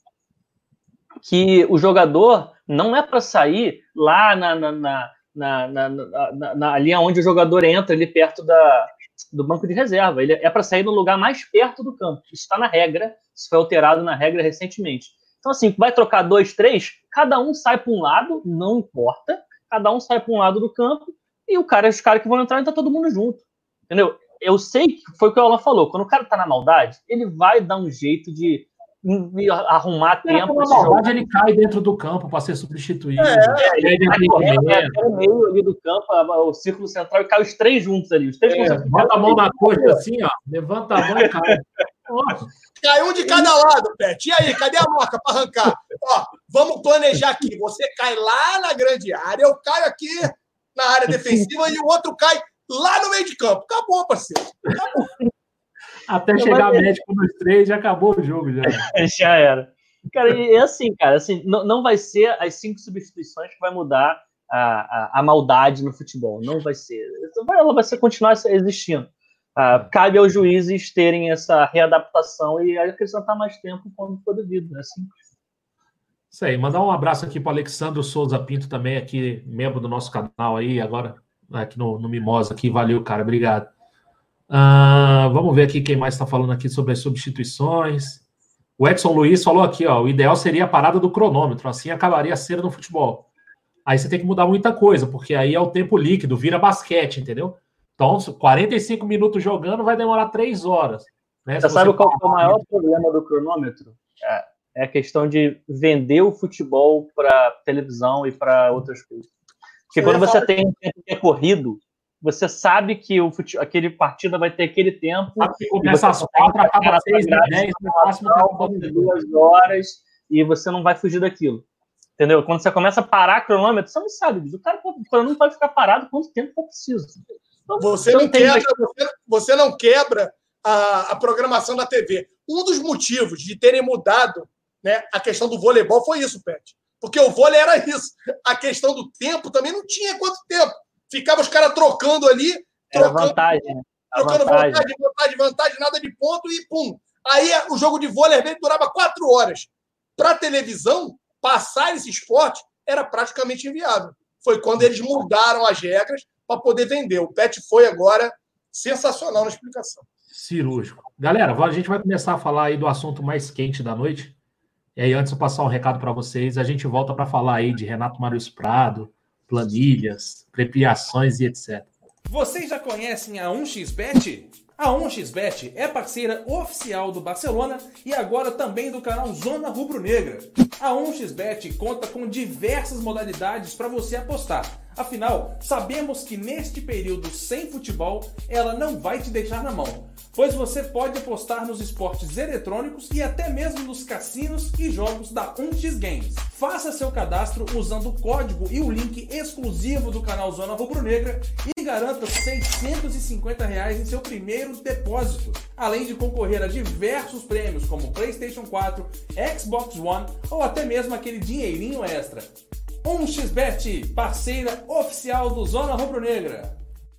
que o jogador não é para sair lá na, na, na, na, na, na, na, ali onde o jogador entra, ali perto da, do banco de reserva. Ele é para sair no lugar mais perto do campo. Isso está na regra, isso foi alterado na regra recentemente. Então, assim, vai trocar dois, três, cada um sai para um lado, não importa, cada um sai para um lado do campo, e o cara, os caras que vão entrar, tá todo mundo junto. Entendeu? Eu sei que foi o que o Alan falou. Quando o cara tá na maldade, ele vai dar um jeito de arrumar é, tempo. Na maldade, ele cai dentro do campo para ser substituído. É, é, ele, ele vai correr até o meio ali do campo, o círculo central, e cai os três juntos ali. Os três é, bota a mão na coxa assim, ó. Levanta a mão e cai. Cai um de cada lado, Pet. E aí, cadê a marca para arrancar? Ó, vamos planejar aqui. Você cai lá na grande área, eu caio aqui na área defensiva e o outro cai lá no meio de campo. Acabou, parceiro. Acabou. Até chegar mas... médico nos três, já acabou o jogo. Já, já era. Cara, e é assim, cara, assim, não, não vai ser as cinco substituições que vai mudar a, a, a maldade no futebol. Não vai ser. Ela vai ser, continuar existindo. Ah, cabe aos juízes terem essa readaptação e acrescentar mais tempo quando for devido. Né? Assim. Isso aí. Mandar um abraço aqui para o Alexandre Souza Pinto também, aqui, membro do nosso canal aí, agora aqui no, no Mimosa. Aqui. Valeu, cara. Obrigado. Uh, vamos ver aqui quem mais está falando aqui sobre as substituições. O Edson Luiz falou aqui, ó, o ideal seria a parada do cronômetro, assim acabaria a cera no futebol. Aí você tem que mudar muita coisa, porque aí é o tempo líquido, vira basquete, entendeu? Então, quarenta e cinco minutos jogando vai demorar três horas. Né? Você, você sabe qual é o maior problema do cronômetro? É, é a questão de vender o futebol para televisão e para outras coisas. Porque quando você tem um tempo que é corrido, você sabe que o fute... aquele partida vai ter aquele tempo. Sabe que começa às quatro, acaba às seis, dez, no máximo duas horas, e você não vai fugir daquilo. Entendeu? Quando você começa a parar cronômetro, você não sabe. O cara não pode ficar parado quanto tempo for preciso. Então, você, não quebra, mais... você, você não quebra a, a programação da T V. Um dos motivos de terem mudado, né, a questão do voleibol foi isso, Pet. Porque o vôlei era isso. A questão do tempo também não tinha quanto tempo. Ficava os caras trocando ali. Trocando, Era vantagem. Né? Trocando vantagem. vantagem, vantagem, vantagem, nada de ponto e pum. Aí o jogo de vôlei às vezes durava quatro horas. Para a televisão, passar esse esporte era praticamente inviável. Foi quando eles mudaram as regras para poder vender. O Pet foi agora sensacional na explicação. Cirúrgico. Galera, a gente vai começar a falar aí do assunto mais quente da noite. E aí, antes de eu passar um recado para vocês, a gente volta para falar aí de Renato Marius Prado, planilhas, premiações e etcétera. Vocês já conhecem a um x bet? A um x bet é parceira oficial do Barcelona e agora também do canal Zona Rubro-Negra. A um x bet conta com diversas modalidades para você apostar. Afinal, sabemos que neste período sem futebol, ela não vai te deixar na mão, pois você pode apostar nos esportes eletrônicos e até mesmo nos cassinos e jogos da um x Games. Faça seu cadastro usando o código e o link exclusivo do canal Zona Rubro-Negra e garanta seiscentos e cinquenta reais em seu primeiro depósito, além de concorrer a diversos prêmios como PlayStation quatro, Xbox One ou até mesmo aquele dinheirinho extra. um x bet, parceira oficial do Zona Rubro-Negra.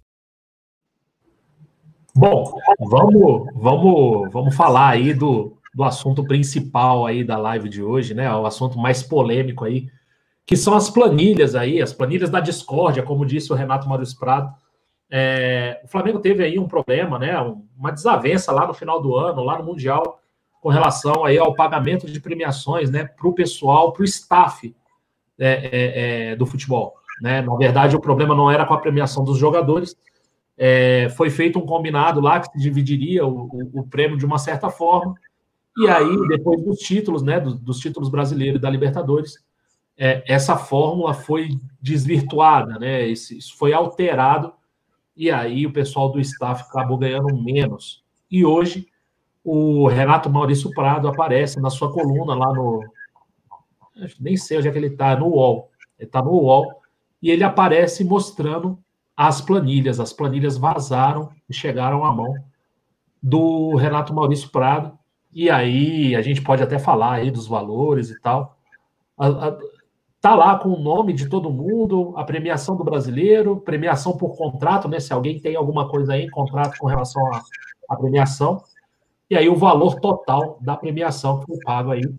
Bom, vamos, vamos, vamos falar aí do, do assunto principal aí da live de hoje, né? O assunto mais polêmico aí, que são as planilhas aí, as planilhas da discórdia, como disse o Renato Maurício Prado. É, o Flamengo teve aí um problema, né? Uma desavença lá no final do ano, lá no Mundial, com relação aí ao pagamento de premiações, né? Para o pessoal, para o staff é, é, é, do futebol, né? Na verdade, o problema não era com a premiação dos jogadores. É, foi feito um combinado lá que se dividiria o, o, o prêmio de uma certa forma, e aí, depois dos títulos, né, dos, dos títulos brasileiros e da Libertadores, é, essa fórmula foi desvirtuada, né, isso, isso foi alterado, e aí o pessoal do staff acabou ganhando menos. E hoje, o Renato Maurício Prado aparece na sua coluna lá no... nem sei onde é que ele está, no U O L. Ele está no U O L, e ele aparece mostrando as planilhas, as planilhas vazaram e chegaram à mão do Renato Maurício Prado, e aí a gente pode até falar aí dos valores e tal. A, a, tá lá com o nome de todo mundo, a premiação do brasileiro, premiação por contrato, né? Se alguém tem alguma coisa aí em contrato com relação à, à premiação, e aí o valor total da premiação que foi pago aí,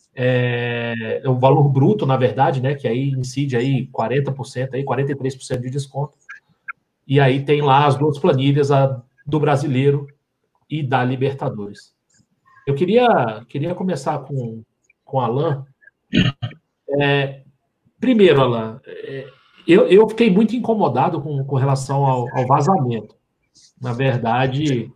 é, é o valor bruto, na verdade, né? Que aí incide aí quarenta por cento, aí, quarenta e três por cento de desconto. E aí tem lá as duas planilhas, a do brasileiro e da Libertadores. Eu queria, queria começar com, com o Alan. É, primeiro, Alan, é, eu, eu fiquei muito incomodado com, com relação ao, ao vazamento. Na verdade,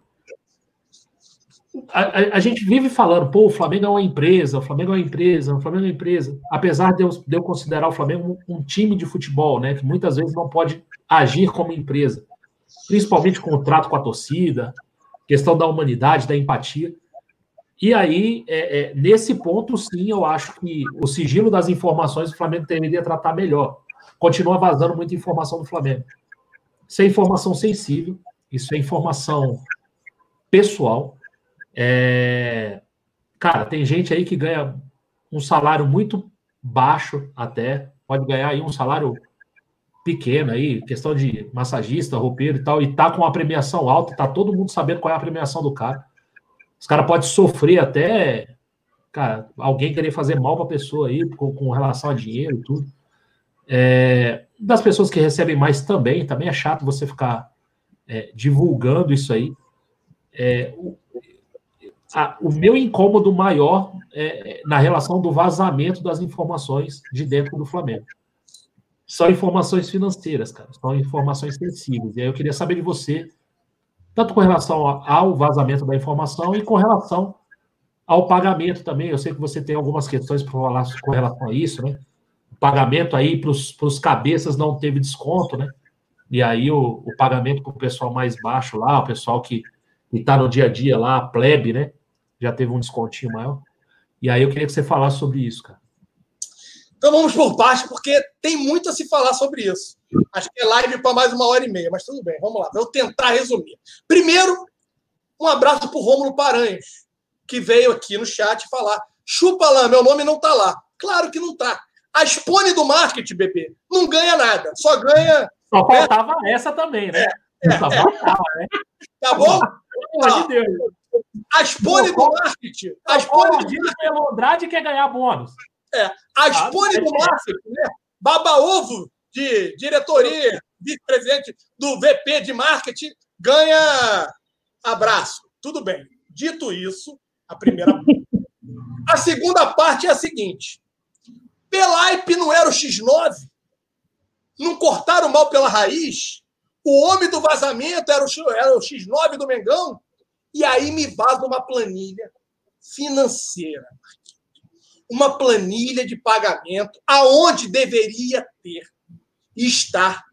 a, a, a gente vive falando, pô, o Flamengo é uma empresa, o Flamengo é uma empresa, o Flamengo é uma empresa. Apesar de eu, de eu considerar o Flamengo um, um time de futebol, né, que muitas vezes não pode agir como empresa, principalmente com o trato com a torcida, questão da humanidade, da empatia. E aí, é, é, nesse ponto, sim, eu acho que o sigilo das informações o Flamengo deveria tratar melhor. Continua vazando muita informação do Flamengo. Isso é informação sensível, isso é informação pessoal. É... Cara, tem gente aí que ganha um salário muito baixo até, pode ganhar aí um salário pequeno aí, questão de massagista, roupeiro e tal, e tá com uma premiação alta, tá todo mundo sabendo qual é a premiação do cara. Os caras podem sofrer até, cara, alguém querer fazer mal pra pessoa aí, com, com relação a dinheiro e tudo. É, das pessoas que recebem mais também, também é chato você ficar é, divulgando isso aí. É, o, a, o meu incômodo maior é na relação do vazamento das informações de dentro do Flamengo. São informações financeiras, cara, são informações sensíveis. E aí eu queria saber de você, tanto com relação ao vazamento da informação e com relação ao pagamento também. Eu sei que você tem algumas questões para falar com relação a isso, né? O pagamento aí para os cabeças não teve desconto, né? E aí o, o pagamento para o pessoal mais baixo lá, o pessoal que está no dia a dia lá, a plebe, né? Já teve um descontinho maior. E aí eu queria que você falasse sobre isso, cara. Então vamos por parte, porque tem muito a se falar sobre isso. Acho que é live para mais uma hora e meia, mas tudo bem, vamos lá. Vou tentar resumir. Primeiro, um abraço para o Rômulo Paranhos, que veio aqui no chat falar: chupa lá, meu nome não está lá. Claro que não está. A Spone do marketing, bebê, não ganha nada, só ganha... Só faltava é, essa também, né? É, é, só é. faltava, né? Tá bom? Pelo amor de Deus. A Spone do marketing... A Spone do marketing... pelo Andrade quer ganhar bônus. É, a Spone do marketing, né? Baba-ovo de diretoria, vice-presidente do V P de marketing, ganha abraço. Tudo bem. Dito isso, a primeira parte. A segunda parte é a seguinte. Pelaipe não era o X nove? Não cortaram mal pela raiz? O homem do vazamento era o, era o X nove do Mengão? E aí me vaza uma planilha financeira. Uma planilha de pagamento aonde deveria ter e estar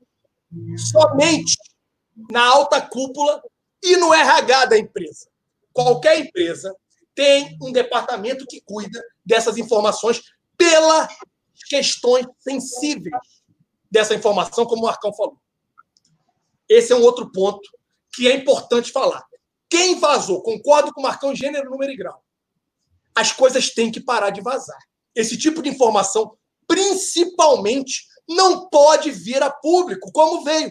somente na alta cúpula e no R H da empresa. Qualquer empresa tem um departamento que cuida dessas informações pelas questões sensíveis dessa informação, como o Marcão falou. esse é um outro ponto que é importante falar. Quem vazou, concordo com o Marcão, gênero, número e grau. As coisas têm que parar de vazar. Esse tipo de informação, principalmente, não pode vir a público, como veio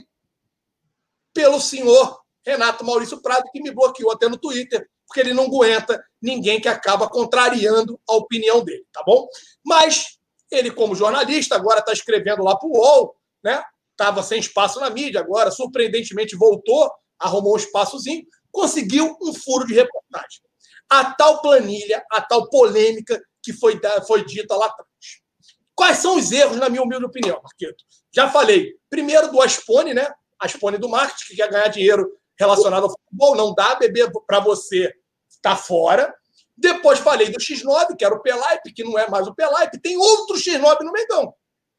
pelo senhor Renato Maurício Prado, que me bloqueou até no Twitter, porque ele não aguenta ninguém que acaba contrariando a opinião dele, tá bom? Mas ele, como jornalista, agora está escrevendo lá para o U O L, né? Estava sem espaço na mídia, agora, surpreendentemente, voltou, arrumou um espaçozinho, conseguiu um furo de reportagem. A tal planilha, a tal polêmica que foi, foi dita lá atrás. Quais são os erros, na minha humilde opinião, Marqueto? Já falei. Primeiro do Aspone, né? Aspone do marketing, que quer ganhar dinheiro relacionado ao futebol. Não dá, bebê, para você tá fora. Depois falei do X nove, que era o Pelaipe, que não é mais o Pelaipe. Tem outro X nove no Mengão.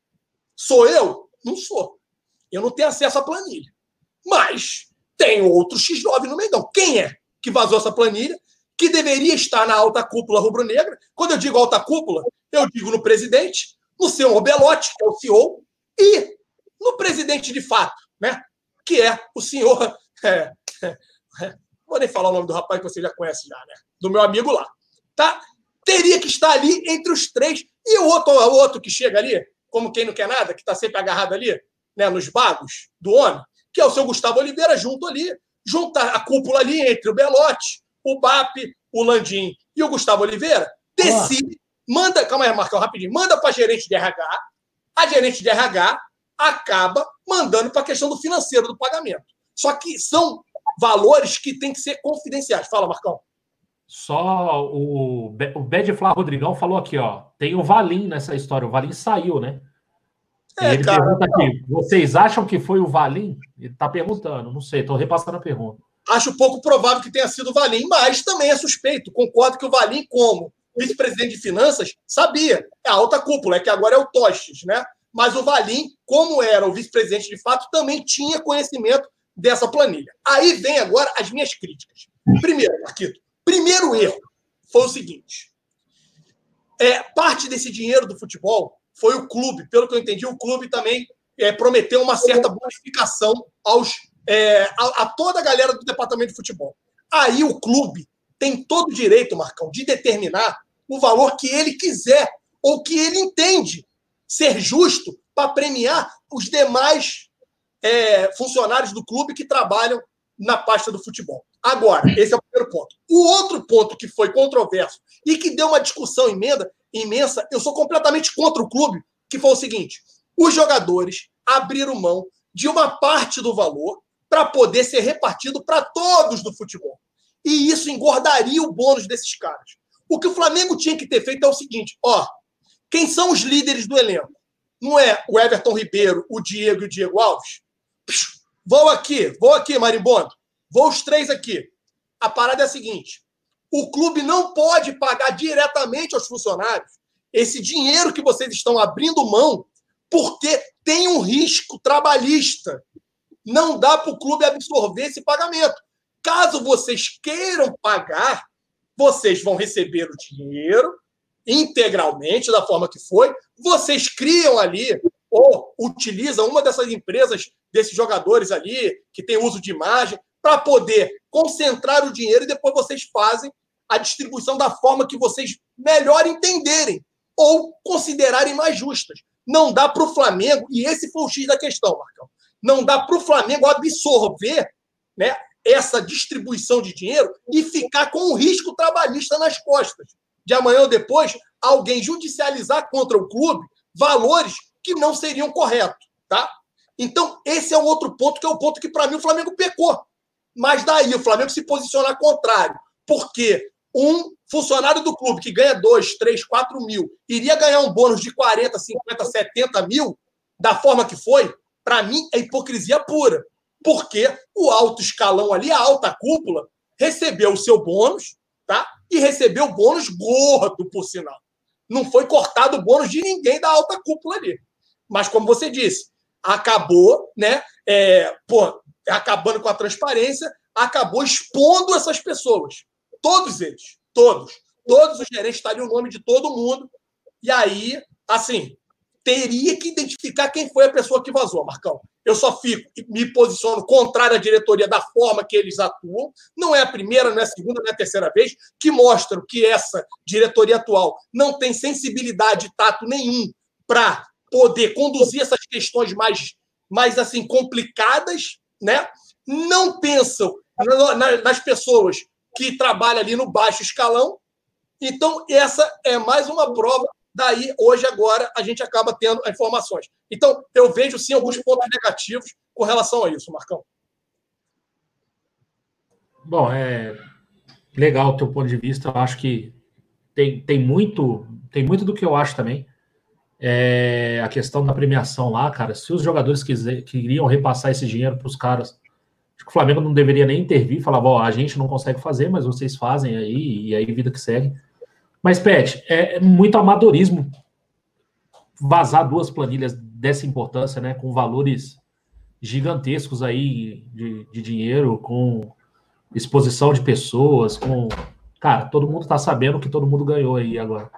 Sou eu? Não sou. Eu não tenho acesso à planilha. Mas tem outro X nove no Mengão. Quem é que vazou essa planilha? Que deveria estar na alta cúpula rubro-negra. Quando eu digo alta cúpula, eu digo no presidente, no senhor Belotti, que é o C E O, e no presidente de fato, né? Que é o senhor... É, é, é, vou nem falar o nome do rapaz que você já conhece já, né? Do meu amigo lá. Tá? Teria que estar ali entre os três. E o outro, o outro que chega ali, como quem não quer nada, que está sempre agarrado ali, né, nos bagos do homem, que é o seu Gustavo Oliveira, junto ali, junta a cúpula ali entre o Belotti, o B A P, o Landim e o Gustavo Oliveira, decide, manda, calma aí, Marcão, rapidinho, manda para a gerente de R H, a gerente de R H acaba mandando para a questão do financeiro do pagamento. Só que são valores que têm que ser confidenciais. Fala, Marcão. Só o, o Bedflá Rodrigão falou aqui, ó, tem o Valim nessa história, o Valim saiu, né? É, ele cara, pergunta aqui, vocês acham que foi o Valim? Ele está perguntando, não sei, estou repassando a pergunta. Acho pouco provável que tenha sido o Valim, mas também é suspeito. Concordo que o Valim, como vice-presidente de finanças, sabia. É a alta cúpula, é que agora é o Tostes, né? Mas o Valim, como era o vice-presidente de fato, também tinha conhecimento dessa planilha. Aí vem agora as minhas críticas. Primeiro, Marquito, primeiro erro foi o seguinte. É, parte desse dinheiro do futebol foi o clube. Pelo que eu entendi, o clube também é, prometeu uma certa bonificação aos, é, a, a toda a galera do departamento de futebol. Aí o clube tem todo o direito, Marcão, de determinar o valor que ele quiser ou que ele entende ser justo para premiar os demais é, funcionários do clube que trabalham na pasta do futebol. Agora, esse é o primeiro ponto. O outro ponto que foi controverso e que deu uma discussão emenda, imensa, eu sou completamente contra o clube, que foi o seguinte: os jogadores abriram mão de uma parte do valor para poder ser repartido para todos do futebol. E isso engordaria o bônus desses caras. O que o Flamengo tinha que ter feito é o seguinte, ó, quem são os líderes do elenco? Não é o Everton Ribeiro, o Diego e o Diego Alves? Psh, vou aqui, vou aqui, Marimbondo. Vou os três aqui. A parada é a seguinte: o clube não pode pagar diretamente aos funcionários esse dinheiro que vocês estão abrindo mão porque tem um risco trabalhista. Não dá para o clube absorver esse pagamento. Caso vocês queiram pagar, vocês vão receber o dinheiro integralmente, da forma que foi. Vocês criam ali ou utilizam uma dessas empresas, desses jogadores ali, que tem uso de imagem, para poder concentrar o dinheiro e depois vocês fazem a distribuição da forma que vocês melhor entenderem ou considerarem mais justas. Não dá para o Flamengo, e esse foi o X da questão, Marcão, não dá para o Flamengo absorver, né, essa distribuição de dinheiro e ficar com um risco trabalhista nas costas. De amanhã ou depois, alguém judicializar contra o clube valores que não seriam corretos, tá? Então, esse é um outro ponto, que é o ponto que, para mim, o Flamengo pecou. Mas daí o Flamengo se posicionar contrário, porque um funcionário do clube que ganha dois, três, quatro mil iria ganhar um bônus de quarenta, cinquenta, setenta mil, da forma que foi, para mim é hipocrisia pura. Porque o alto escalão ali, a alta cúpula, recebeu o seu bônus, tá? E recebeu o bônus gordo, por sinal. Não foi cortado o bônus de ninguém da alta cúpula ali. Mas, como você disse, acabou, né? É, pô, acabando com a transparência, acabou expondo essas pessoas. Todos eles, todos. Todos os gerentes estariam o nome de todo mundo. E aí, assim, teria que identificar quem foi a pessoa que vazou, Marcão. Eu só fico, me posiciono contrário à diretoria da forma que eles atuam. Não é a primeira, não é a segunda, não é a terceira vez, que mostram que essa diretoria atual não tem sensibilidade e tato nenhum para poder conduzir essas questões mais, mais assim, complicadas, né? Não pensam nas pessoas que trabalham ali no baixo escalão. Então, essa é mais uma prova. Daí, hoje, agora, a gente acaba tendo informações. Então, eu vejo, sim, alguns pontos negativos com relação a isso, Marcão. Bom, é legal o teu ponto de vista. Eu acho que tem, tem, muito, tem muito do que eu acho também. É a questão da premiação lá, cara. Se os jogadores quiser, queriam repassar esse dinheiro para os caras, acho que o Flamengo não deveria nem intervir, falava, ó, a gente não consegue fazer, mas vocês fazem aí, e aí vida que segue. Mas, Pet, é muito amadorismo vazar duas planilhas dessa importância, né, com valores gigantescos aí de, de dinheiro, com exposição de pessoas, com... Cara, todo mundo tá sabendo que todo mundo ganhou aí agora.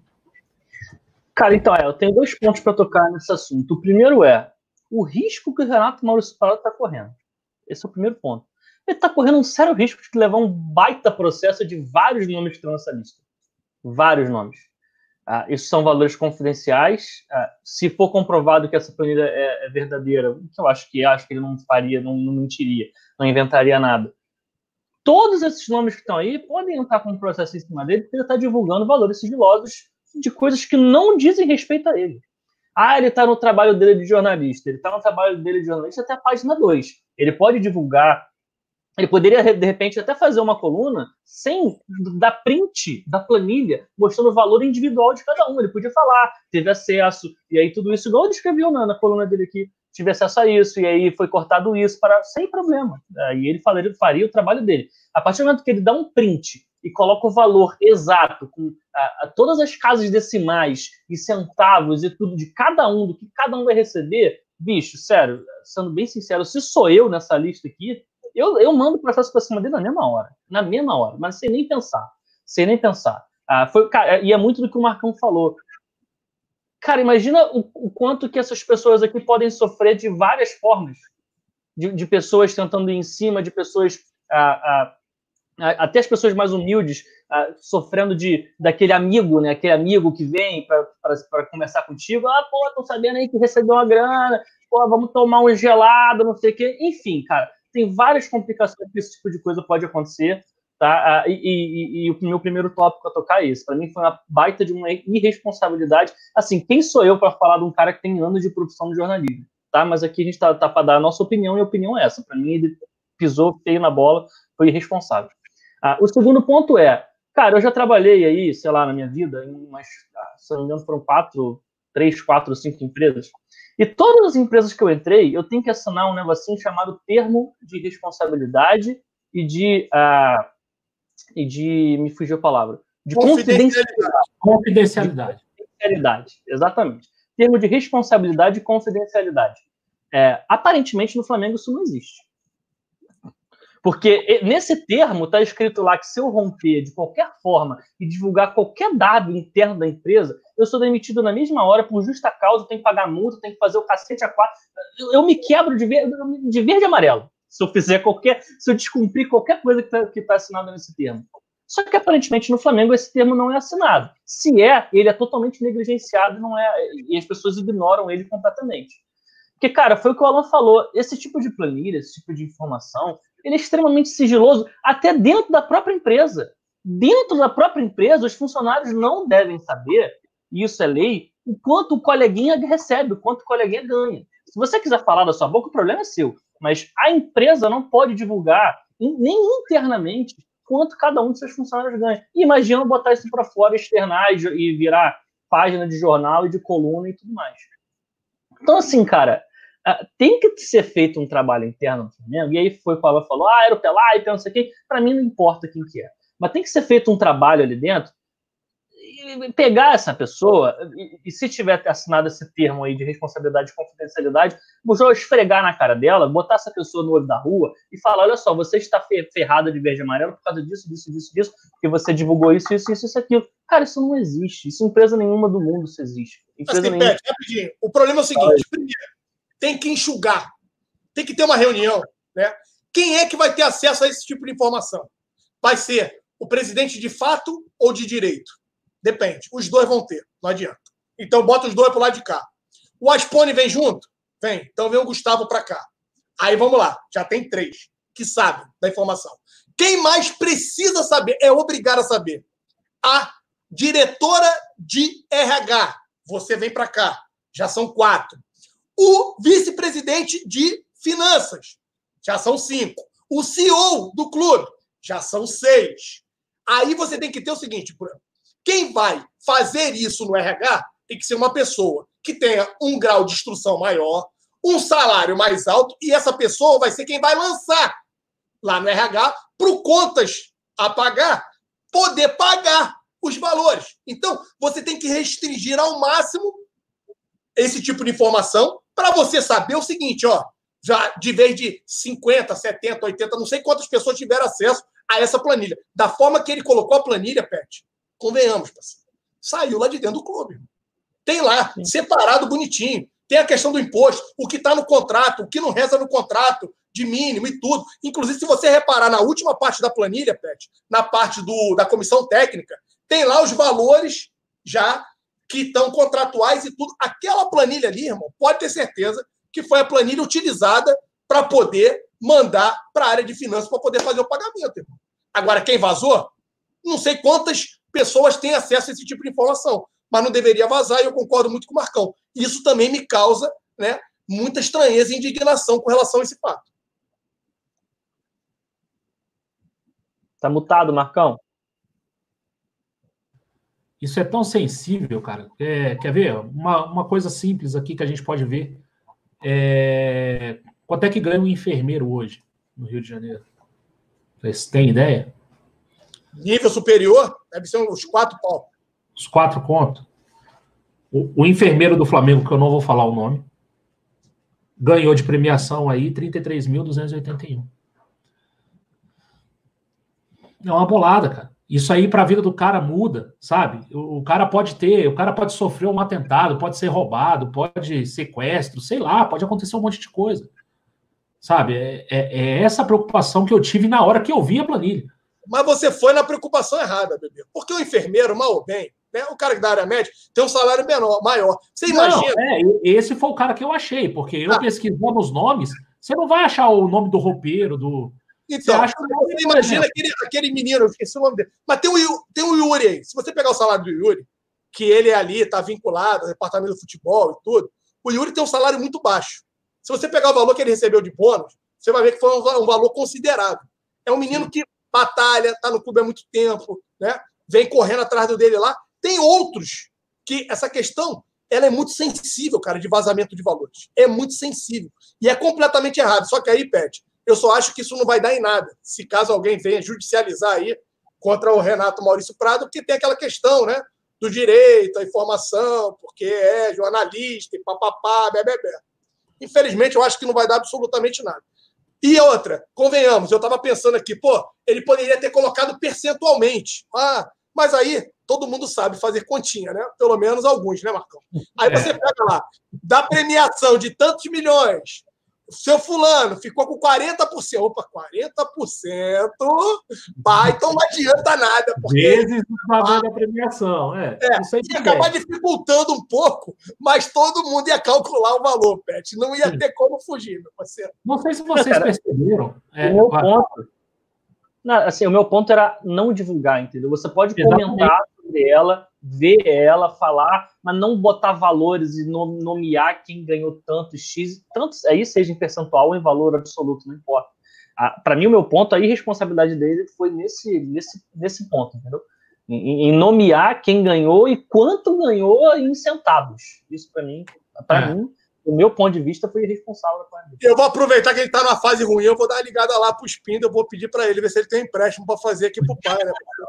Cara, então, é, eu tenho dois pontos para tocar nesse assunto. O primeiro é o risco que o Renato Maurício Prado está correndo. Esse é o primeiro ponto. Ele está correndo um sério risco de levar um baita processo de vários nomes que estão nessa lista. Vários nomes. Ah, isso são valores confidenciais. Ah, se for comprovado que essa planilha é, é verdadeira, o que eu acho que é, acho que ele não faria, não, não mentiria, não inventaria nada. Todos esses nomes que estão aí podem estar com um processo em cima dele, porque ele está divulgando valores sigilosos de coisas que não dizem respeito a ele. Ah, ele está no trabalho dele de jornalista, ele está no trabalho dele de jornalista até a página dois. Ele pode divulgar, ele poderia, de repente, até fazer uma coluna sem dar print da planilha, mostrando o valor individual de cada um. Ele podia falar, teve acesso, e aí tudo isso, igual ele escreveu na, na coluna dele aqui, tive acesso a isso, e aí foi cortado isso, para, sem problema. Aí ele, falaria, ele faria o trabalho dele. A partir do momento que ele dá um print e coloca o valor exato, com a, a, todas as casas decimais e centavos e tudo de cada um, do que cada um vai receber, bicho, sério, sendo bem sincero, se sou eu nessa lista aqui, eu, eu mando o processo para cima dele na mesma hora, na mesma hora, mas sem nem pensar, sem nem pensar. Ah, foi, cara, e é muito do que o Marcão falou. Cara, imagina o, o quanto que essas pessoas aqui podem sofrer de várias formas, de, de pessoas tentando ir em cima, de pessoas... Ah, ah, até as pessoas mais humildes uh, sofrendo de, daquele amigo, né? Aquele amigo que vem para conversar contigo. Ah, pô, tô sabendo aí que recebeu uma grana. Pô, vamos tomar um gelado, não sei o quê. Enfim, cara, tem várias complicações que esse tipo de coisa pode acontecer, tá? Uh, e, e, e o meu primeiro tópico a tocar é esse. Para mim foi uma baita de uma irresponsabilidade. Assim, quem sou eu para falar de um cara que tem anos de profissão de jornalismo, tá? Mas aqui a gente tá, tá para dar a nossa opinião, e a opinião é essa. Para mim, ele pisou feio na bola, foi irresponsável. Ah, o segundo ponto é, cara, eu já trabalhei aí, sei lá, na minha vida, em umas, se não me engano, foram quatro, três, quatro, cinco empresas. E todas as empresas que eu entrei, eu tenho que assinar um negocinho chamado termo de responsabilidade e de, ah, e de, me fugiu a palavra, de confidencialidade. Confidencialidade. Confidencialidade, exatamente. Termo de responsabilidade e confidencialidade. É, aparentemente, no Flamengo, isso não existe. Porque nesse termo está escrito lá que se eu romper de qualquer forma e divulgar qualquer dado interno da empresa, eu sou demitido na mesma hora por justa causa, tenho que pagar multa, tenho que fazer o cacete a quatro. Eu, eu me quebro de verde, de verde e amarelo se eu fizer qualquer, se eu descumprir qualquer coisa que está que tá assinada nesse termo. Só que aparentemente no Flamengo esse termo não é assinado. Se é, ele é totalmente negligenciado, não é, e as pessoas ignoram ele completamente. Porque, cara, foi o que o Alan falou, esse tipo de planilha, esse tipo de informação, ele é extremamente sigiloso, até dentro da própria empresa. Dentro da própria empresa, os funcionários não devem saber, e isso é lei, o quanto o coleguinha recebe, o quanto o coleguinha ganha. Se você quiser falar da sua boca, o problema é seu. Mas a empresa não pode divulgar, nem internamente, quanto cada um de seus funcionários ganha. E imagina botar isso para fora, externar e virar página de jornal e de coluna e tudo mais. Então, assim, cara, uh, tem que ser feito um trabalho interno no Flamengo, e aí foi quando ela falou, ah, era o Pelaipe, não sei o quê, pra mim não importa quem que é, mas tem que ser feito um trabalho ali dentro, pegar essa pessoa, e, e se tiver assinado esse termo aí de responsabilidade e confidencialidade, vou esfregar na cara dela, botar essa pessoa no olho da rua e falar, olha só, você está ferrada de verde e amarelo por causa disso, disso, disso, disso, porque você divulgou isso, isso, isso, isso, aquilo. Cara, isso não existe. Isso em empresa nenhuma do mundo isso existe. Empresa assim, nenhuma... Pet, rapidinho. O problema é o seguinte, primeiro, tem que enxugar. Tem que ter uma reunião, né? Quem é que vai ter acesso a esse tipo de informação? Vai ser o presidente de fato ou de direito? Depende. Os dois vão ter, não adianta. Então, bota os dois para o lado de cá. O Aspone vem junto? Vem. Então, vem o Gustavo para cá. Aí, vamos lá. Já tem três que sabem da informação. Quem mais precisa saber, é obrigado a saber. A diretora de R H. Você vem para cá. Já são quatro. O vice-presidente de finanças. Já são cinco. O C E O do clube. Já são seis. Aí você tem que ter o seguinte, quem vai fazer isso no R H tem que ser uma pessoa que tenha um grau de instrução maior, um salário mais alto, e essa pessoa vai ser quem vai lançar lá no R H para o contas a pagar, poder pagar os valores. Então, você tem que restringir ao máximo esse tipo de informação para você saber o seguinte, ó, já de vez de cinquenta, setenta, oitenta, não sei quantas pessoas tiveram acesso a essa planilha. Da forma que ele colocou a planilha, Pet, convenhamos, parceiro, saiu lá de dentro do clube. Tem lá, Sim. separado, bonitinho. Tem a questão do imposto, o que está no contrato, o que não reza no contrato, de mínimo e tudo. Inclusive, se você reparar na última parte da planilha, Pet, na parte do, da comissão técnica, tem lá os valores já que estão contratuais e tudo. Aquela planilha ali, irmão, pode ter certeza que foi a planilha utilizada para poder mandar para a área de finanças para poder fazer o pagamento, irmão. Agora, quem vazou, não sei quantas pessoas têm acesso a esse tipo de informação, mas não deveria vazar, e eu concordo muito com o Marcão. Isso também me causa, né, muita estranheza e indignação com relação a esse fato. Tá mutado, Marcão? Isso é tão sensível, cara. É, quer ver? Uma, uma coisa simples aqui que a gente pode ver. É... Quanto é que ganha um enfermeiro hoje no Rio de Janeiro? Vocês têm ideia? Nível superior, deve ser uns quatro pau. Os quatro contos. O, o enfermeiro do Flamengo, que eu não vou falar o nome, ganhou de premiação aí trinta e três mil duzentos e oitenta e um. É uma bolada, cara. Isso aí para a vida do cara muda, sabe? O, o cara pode ter, o cara pode sofrer um atentado, pode ser roubado, pode sequestro, sei lá, pode acontecer um monte de coisa. Sabe? É, é, é essa preocupação que eu tive na hora que eu vi a planilha. Mas você foi na preocupação errada, bebê. Porque o enfermeiro, mal ou bem, né, o cara da área médica, tem um salário menor, maior. Você imagina... Não, é, esse foi o cara que eu achei, porque eu ah. pesquisando os nomes, você não vai achar o nome do roupeiro, do... Então, você, acha você imagina aquele, aquele menino, eu esqueci o nome dele, mas tem o, tem o Yuri aí. Se você pegar o salário do Yuri, que ele é ali, está vinculado ao departamento do futebol e tudo, o Yuri tem um salário muito baixo. Se você pegar o valor que ele recebeu de bônus, você vai ver que foi um, um valor considerável. É um menino Sim. que batalha, está no clube há muito tempo, né? Vem correndo atrás do dele lá. Tem outros que essa questão ela é muito sensível, cara, de vazamento de valores. É muito sensível. E é completamente errado. Só que aí, Pet, eu só acho que isso não vai dar em nada. Se caso alguém venha judicializar aí contra o Renato Maurício Prado, porque tem aquela questão, né? Do direito à informação, porque é jornalista e papapá, bebê. Infelizmente, eu acho que não vai dar absolutamente nada. E outra, convenhamos, eu estava pensando aqui, pô, ele poderia ter colocado percentualmente. Ah, mas aí todo mundo sabe fazer continha, né? Pelo menos alguns, né, Marcão? Aí você pega lá, da premiação de tantos milhões, o seu fulano ficou com quarenta por cento. Opa, quarenta por cento, vai, então não adianta nada. Porque vezes o valor da premiação. É, é ia acabar dificultando um pouco, mas todo mundo ia calcular o valor, Pet. Não ia Sim. ter como fugir, meu parceiro. Não sei se vocês Cara, perceberam. É, o, meu ponto, não, assim, o meu ponto era não divulgar, entendeu? Você pode Exatamente. comentar sobre ela, ver ela, falar, mas não botar valores e nomear quem ganhou tanto X, tanto aí seja em percentual ou em valor absoluto, não importa. Ah, para mim, o meu ponto, a irresponsabilidade dele foi nesse, nesse, nesse ponto, entendeu? Em, em nomear quem ganhou e quanto ganhou em centavos. Isso, para mim, para é. mim, o meu ponto de vista, foi irresponsável com ele. Eu vou aproveitar que ele está numa fase ruim, eu vou dar uma ligada lá pro Spindo, eu vou pedir para ele ver se ele tem um empréstimo para fazer aqui pro pai, né?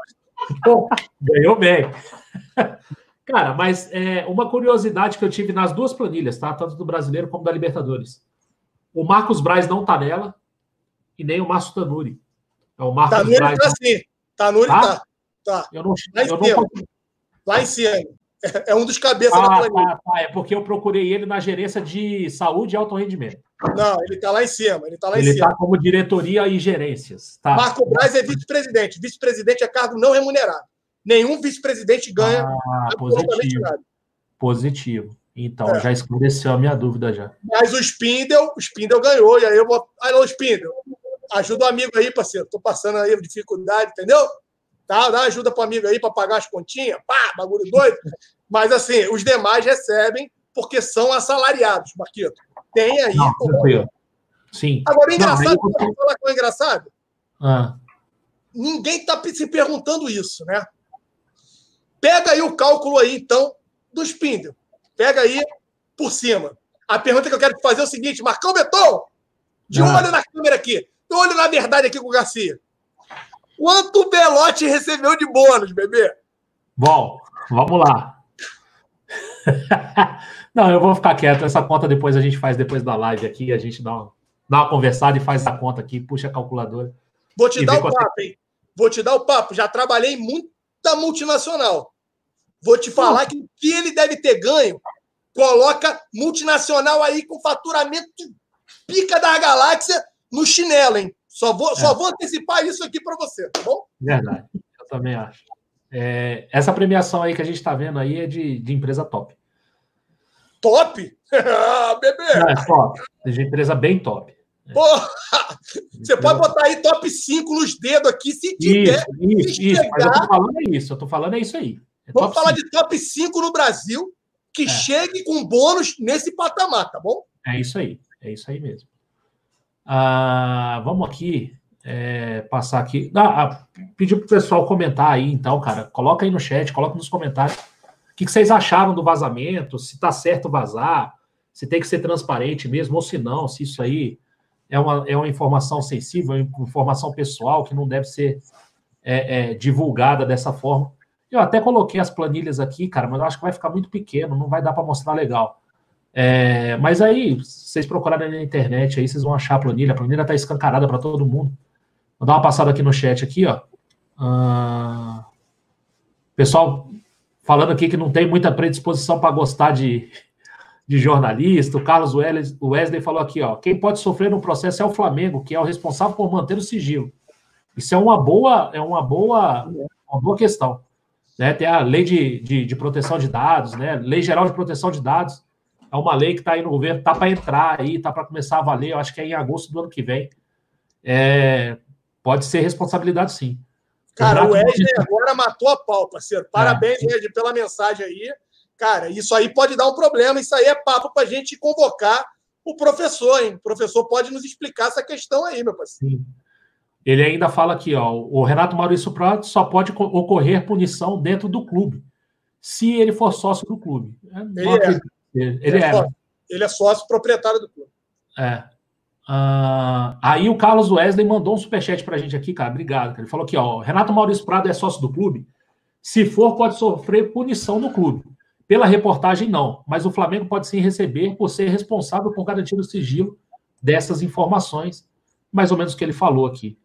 Ganhou bem. Cara, mas é, uma curiosidade que eu tive nas duas planilhas, tá? Tanto do Brasileiro como da Libertadores. O Marcos Braz não tá nela e nem o Márcio Tanuri. É o Marcos Tanuri Braz. tá sim. Tanuri Tá? tá. tá. Eu não, Lá em eu cima. não... Lá em cima. É um dos cabeças ah, da planilha. Tá, tá. É porque eu procurei ele na gerência de saúde e alto rendimento. Não, ele tá lá em cima. Ele tá lá Ele em cima. tá como diretoria e gerências. Tá. Marco Braz é vice-presidente. Vice-presidente é cargo não remunerado. Nenhum vice-presidente ganha Ah, absolutamente positivo. nada. Positivo. Então, É. já esclareceu a minha dúvida já. Mas o Spindel, o Spindel ganhou. E aí eu vou. Alô, Spindel. Ajuda o amigo aí, parceiro. Tô passando aí dificuldade, entendeu? Tá? Dá ajuda pro amigo aí para pagar as continhas. Pá, bagulho doido. Mas, assim, os demais recebem porque são assalariados, Marquito. Tem aí. Não, pô. tranquilo. Sim. Agora, o engraçado, Não, aí vou você- falar com o engraçado. Ah, Ninguém está se perguntando isso, né? Pega aí o cálculo aí, então, do Spindel. Pega aí por cima. A pergunta que eu quero te fazer é o seguinte, Marcão Beton, de um Ah. olho na câmera aqui, de um olho na verdade aqui com o Garcia. Quanto o Belotti recebeu de bônus, bebê? bom, vamos lá. Não, eu vou ficar quieto. Essa conta depois a gente faz depois da live aqui. A gente dá uma, dá uma conversada e faz a conta aqui, puxa a calculadora. Vou te E dar vê o quanto é- papo, hein? Vou te dar o papo. Já trabalhei em muita multinacional. Vou te falar que o que ele deve ter ganho, coloca multinacional aí com faturamento pica da galáxia no chinelo, hein? Só vou, É. só vou antecipar isso aqui para você, tá bom? Verdade, eu também acho. É, essa premiação aí que a gente está vendo aí é de, de empresa top. Top? Ah, bebê! Não, é top. É de empresa bem top. Porra! Você pode botar aí top cinco nos dedos aqui, se tiver. Isso, isso, se isso. Mas eu chegar- tô falando é isso. Eu tô falando é isso aí. É Vamos top falar cinco. de top cinco no Brasil que É. chegue com bônus nesse patamar, tá bom? É isso aí. É isso aí mesmo. Ah, vamos aqui é, passar aqui. Ah, ah, pedir pro pessoal comentar aí, então, cara. Coloca aí no chat, coloca nos comentários. O que, que vocês acharam do vazamento? Se tá certo vazar, se tem que ser transparente mesmo, ou se não, se isso aí é uma, é uma informação sensível, é uma informação pessoal que não deve ser é, é, divulgada dessa forma. Eu até coloquei as planilhas aqui, cara, mas eu acho que vai ficar muito pequeno, não vai dar para mostrar legal. É, mas aí, se vocês procurarem na internet, aí vocês vão achar a planilha. A planilha está escancarada para todo mundo. Vou dar uma passada aqui no chat, aqui, ó. Ah, pessoal falando aqui que não tem muita predisposição para gostar de, de jornalista. O Carlos Wesley falou aqui, ó. Quem pode sofrer no processo é o Flamengo, que é o responsável por manter o sigilo. Isso é uma boa, é uma boa, uma boa questão. Né? Tem a lei de, de, de proteção de dados, né? Lei Geral de Proteção de Dados. É uma lei que está aí no governo, está para entrar aí, está para começar a valer. Eu acho que é em agosto do ano que vem. É, pode ser responsabilidade, sim. Cara, o Renato- Wesley agora matou a pau, parceiro. Parabéns, Wesley, pela mensagem aí. Cara, isso aí pode dar um problema. Isso aí é papo para a gente convocar o professor, hein? O professor pode nos explicar essa questão aí, meu parceiro. Sim. Ele ainda fala aqui, ó, o Renato Maurício Prado só pode co- ocorrer punição dentro do clube, se ele for sócio do clube. Eu não Ele é. acredito. Ele, ele é. sócio. Ele é sócio proprietário do clube. É. Ah, aí o Carlos Wesley mandou um superchat pra gente aqui, cara. Obrigado. Cara. Ele falou aqui, ó. Renato Maurício Prado é sócio do clube? Se for, pode sofrer punição do clube. Pela reportagem, não. Mas o Flamengo pode sim receber por ser responsável por garantir o sigilo dessas informações. Mais ou menos o que ele falou aqui.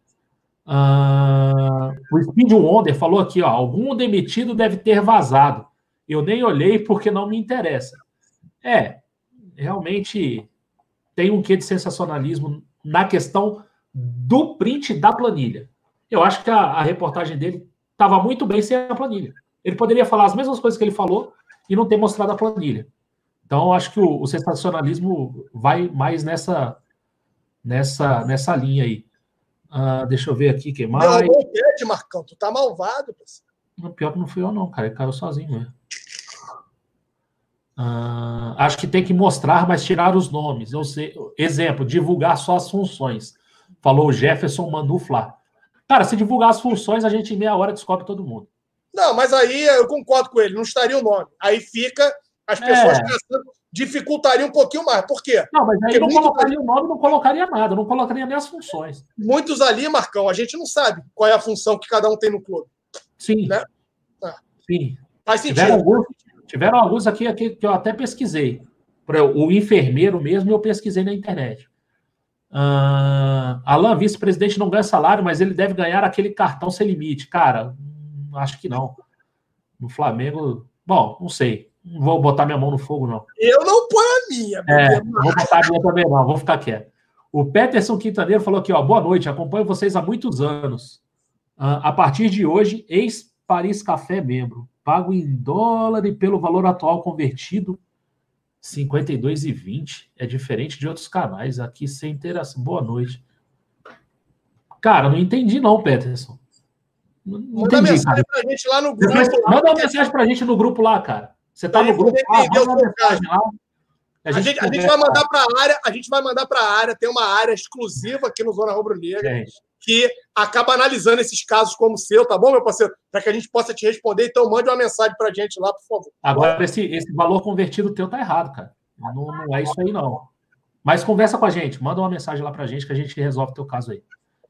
Ah, o Speed Wonder falou aqui, ó. Algum demitido deve ter vazado. Eu nem olhei porque não me interessa. É, realmente tem um quê de sensacionalismo na questão do print da planilha. Eu acho que a, a reportagem dele estava muito bem sem a planilha. Ele poderia falar as mesmas coisas que ele falou e não ter mostrado a planilha. Então, eu acho que o, o sensacionalismo vai mais nessa, nessa, nessa linha aí. Ah, deixa eu ver aqui, quem mais? Derrubou o pet, Marcão. Tu tá malvado, parceiro. Não, pior que não fui eu, não, cara. Ele caiu sozinho mesmo. Ah, acho que tem que mostrar, mas tirar os nomes. Eu sei, exemplo, divulgar só as funções. Falou o Jefferson Manufla. Cara, se divulgar as funções, a gente em meia hora descobre todo mundo. Não, mas aí eu concordo com ele, não estaria o nome. Aí fica, as pessoas É. pensando, dificultaria um pouquinho mais. Por quê? Não, mas aí Porque não muito- colocaria o nome, não colocaria nada, não colocaria nem as funções. Muitos ali, Marcão, a gente não sabe qual é a função que cada um tem no clube. Sim. Né? Ah. Sim. Faz sentido. Tiveram alguns, tiveram alguns aqui, aqui que eu até pesquisei. O enfermeiro mesmo eu pesquisei na internet. Uh, Alan, vice-presidente não ganha salário, mas ele deve ganhar aquele cartão sem limite. Cara, acho que não. No Flamengo, bom, não sei. Não vou botar minha mão no fogo, não. Eu não ponho a minha. É, não vou botar a minha também, não. Vou ficar quieto. O Peterson Quintaneiro falou aqui, ó, boa noite, acompanho vocês há muitos anos. Uh, a partir de hoje, ex-Paris Café membro. Pago em dólar e pelo valor atual convertido, cinquenta e dois reais e vinte centavos. É diferente de outros canais. Aqui sem interação. Boa noite. Cara, não entendi não, Peterson. Não manda entendi, mensagem cara. pra gente lá no grupo. Manda uma mensagem pra gente no grupo lá, cara. Você tá no grupo lá, manda uma mensagem lá. A gente, a gente, a gente vai mandar para a área, a gente vai mandar para a área, tem uma área exclusiva aqui no Zona Rubro-Negra, é. que acaba analisando esses casos como o seu, tá bom, meu parceiro? Para que a gente possa te responder. Então, mande uma mensagem para a gente lá, por favor. Agora, esse, esse valor convertido teu tá errado, cara. Não, não é isso aí, não. Mas conversa com a gente, manda uma mensagem lá para a gente que a gente resolve o teu caso aí.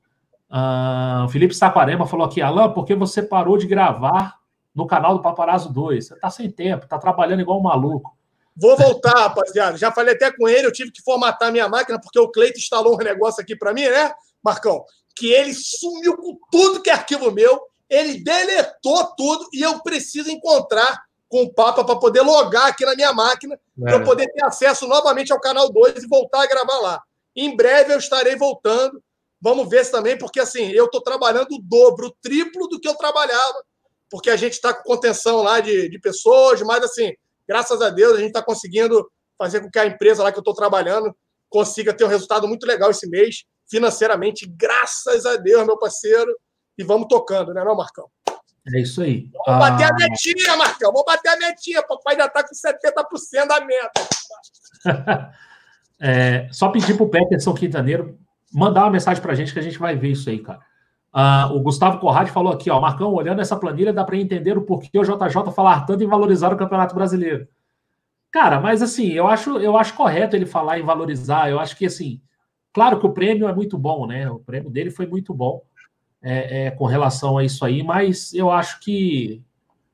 Uh, o Felipe Saquarema falou aqui, Alan, por que você parou de gravar no canal do Paparazzo dois? Você tá sem tempo, tá trabalhando igual um maluco. Vou voltar, rapaziada. Já falei até com ele, eu tive que formatar minha máquina, porque o Cleito instalou um negócio aqui para mim, né, Marcão? Que ele sumiu com tudo que é arquivo meu, ele deletou tudo e eu preciso encontrar com o Papa para poder logar aqui na minha máquina, é. para eu poder ter acesso novamente ao canal dois e voltar a gravar lá. Em breve eu estarei voltando. Vamos ver se também, porque assim, eu estou trabalhando o dobro, o triplo do que eu trabalhava, porque a gente está com contenção lá de, de pessoas, mas assim, graças a Deus, a gente está conseguindo fazer com que a empresa lá que eu estou trabalhando consiga ter um resultado muito legal esse mês, financeiramente, graças a Deus, meu parceiro. E vamos tocando, né, não, Marcão? É isso aí. Vamos ah... bater a metinha, Marcão. Vamos bater a metinha. Papai já está com setenta por cento da meta. é, só pedir para o Peterson Quintaneiro mandar uma mensagem para a gente que a gente vai ver isso aí, cara. Ah, o Gustavo Corradi falou aqui, ó, Marcão, olhando essa planilha, dá para entender o porquê o J J falar tanto em valorizar o Campeonato Brasileiro. Cara, mas assim, eu acho, eu acho correto ele falar em valorizar. Eu acho que, assim, claro que o prêmio é muito bom, né? O prêmio dele foi muito bom é, é, com relação a isso aí, mas eu acho que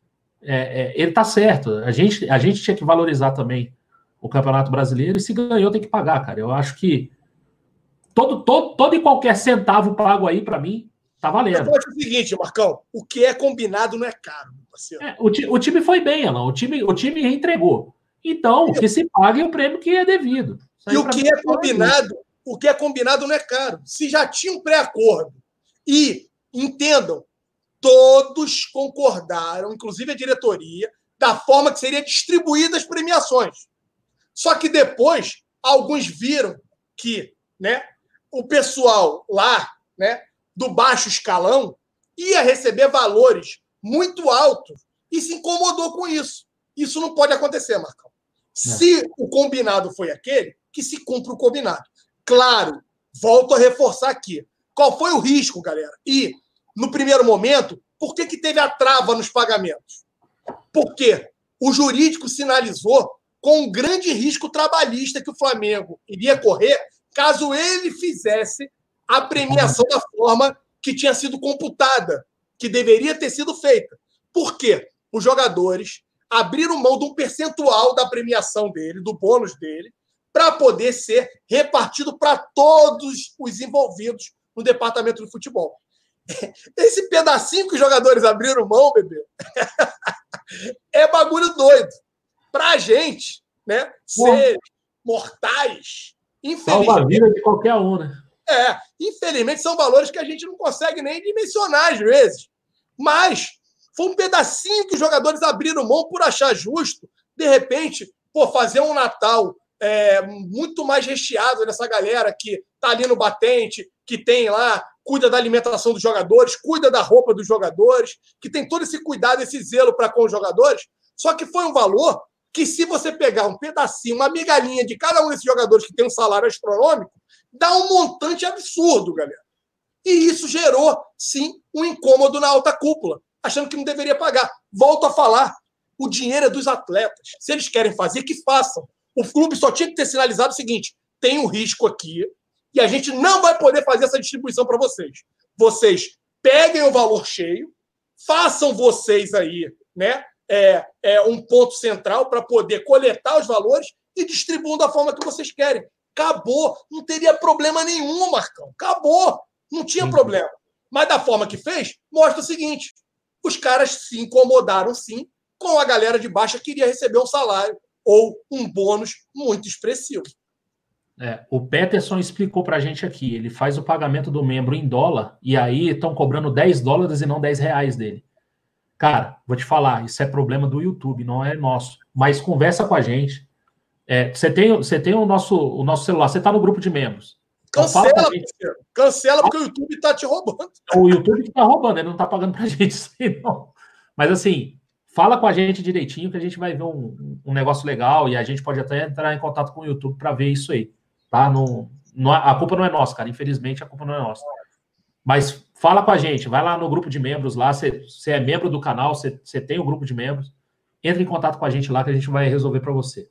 é, é, ele tá certo. A gente, a gente tinha que valorizar também o Campeonato Brasileiro e se ganhou tem que pagar, cara. Eu acho que todo, todo, todo e qualquer centavo pago aí, para mim, tá valendo. Eu acho o seguinte, Marcão, o que é combinado não é caro, meu parceiro. É, o, ti, o time foi bem, Alan. O time, o time entregou. Então, que se pague o prêmio que é devido. E o que é combinado, o que é combinado não é caro. Se já tinha um pré-acordo e, entendam, todos concordaram, inclusive a diretoria, da forma que seriam distribuídas as premiações. Só que depois, alguns viram que, né, o pessoal lá, né, do baixo escalão ia receber valores muito altos e se incomodou com isso. Isso não pode acontecer, Marcão. Se o combinado foi aquele, que se cumpra o combinado. Claro, volto a reforçar aqui. Qual foi o risco, galera? E, no primeiro momento, por que, que teve a trava nos pagamentos? Porque o jurídico sinalizou com um grande risco trabalhista que o Flamengo iria correr caso ele fizesse a premiação da forma que tinha sido computada, que deveria ter sido feita. Por quê? Os jogadores abriram mão de um percentual da premiação dele, do bônus dele, para poder ser repartido para todos os envolvidos no departamento de futebol. Esse pedacinho que os jogadores abriram mão, bebê, é bagulho doido. Para a gente, né, ser mortais, infelizmente... Salva a vida de qualquer um, né? É, infelizmente são valores que a gente não consegue nem dimensionar às vezes. Mas foi um pedacinho que os jogadores abriram mão por achar justo, de repente, pô, fazer um Natal é, muito mais recheado nessa galera que tá ali no batente, que tem lá, cuida da alimentação dos jogadores, cuida da roupa dos jogadores, que tem todo esse cuidado, esse zelo para com os jogadores. Só que foi um valor que, se você pegar um pedacinho, uma migalhinha de cada um desses jogadores que tem um salário astronômico, dá um montante absurdo, galera. E isso gerou, sim, um incômodo na alta cúpula, achando que não deveria pagar. Volto a falar, o dinheiro é dos atletas. Se eles querem fazer, que façam. O clube só tinha que ter sinalizado o seguinte: tem um risco aqui e a gente não vai poder fazer essa distribuição para vocês. Vocês peguem o valor cheio, façam vocês aí, né? É, é um ponto central para poder coletar os valores e distribuam da forma que vocês querem. Acabou. Não teria problema nenhum, Marcão. Acabou. Não tinha sim. problema. Mas da forma que fez, mostra o seguinte. Os caras se incomodaram, sim, com a galera de baixo que queria receber um salário ou um bônus muito expressivo. É, o Peterson explicou para a gente aqui. Ele faz o pagamento do membro em dólar e aí estão cobrando dez dólares e não dez reais dele. Cara, vou te falar, isso é problema do YouTube, não é nosso. Mas conversa com a gente. É, você tem, você tem o, nosso, o nosso celular, você está no grupo de membros. Então, cancela, parceiro. Cancela, porque o YouTube está te roubando. O YouTube está roubando, ele não está pagando para a gente isso aí, não. Mas assim, fala com a gente direitinho que a gente vai ver um, um negócio legal e a gente pode até entrar em contato com o YouTube para ver isso aí. Tá? Não, não, a culpa não é nossa, cara. Infelizmente, a culpa não é nossa. Mas fala com a gente, vai lá no grupo de membros lá, você, você é membro do canal, você, você tem o um grupo de membros, entra em contato com a gente lá que a gente vai resolver para você.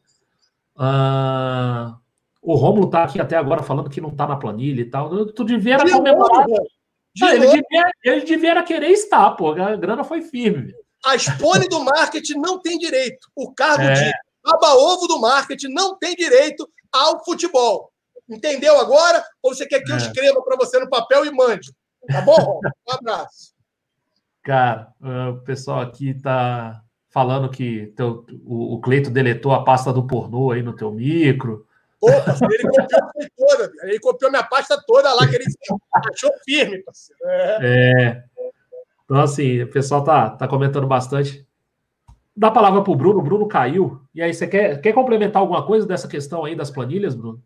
Uh, o Rômulo tá aqui até agora falando que não tá na planilha e tal. Tu devia de comemorar. De não, ele, devia, ele devia querer estar, pô. A grana foi firme. A Spone do marketing não tem direito. O cargo é. de aba-ovo do marketing não tem direito ao futebol. Entendeu agora? Ou você quer que é. eu escreva para você no papel e mande? Tá bom? Um abraço. Cara, o pessoal aqui tá falando que teu, o, o Cleito deletou a pasta do pornô aí no teu micro. Pô, parceiro, ele copiou toda. Ele copiou minha pasta toda lá, que ele achou firme, parceiro. É. é. Então, assim, o pessoal tá, tá comentando bastante. Dá a palavra pro Bruno. O Bruno caiu. E aí, você quer, quer complementar alguma coisa dessa questão aí das planilhas, Bruno?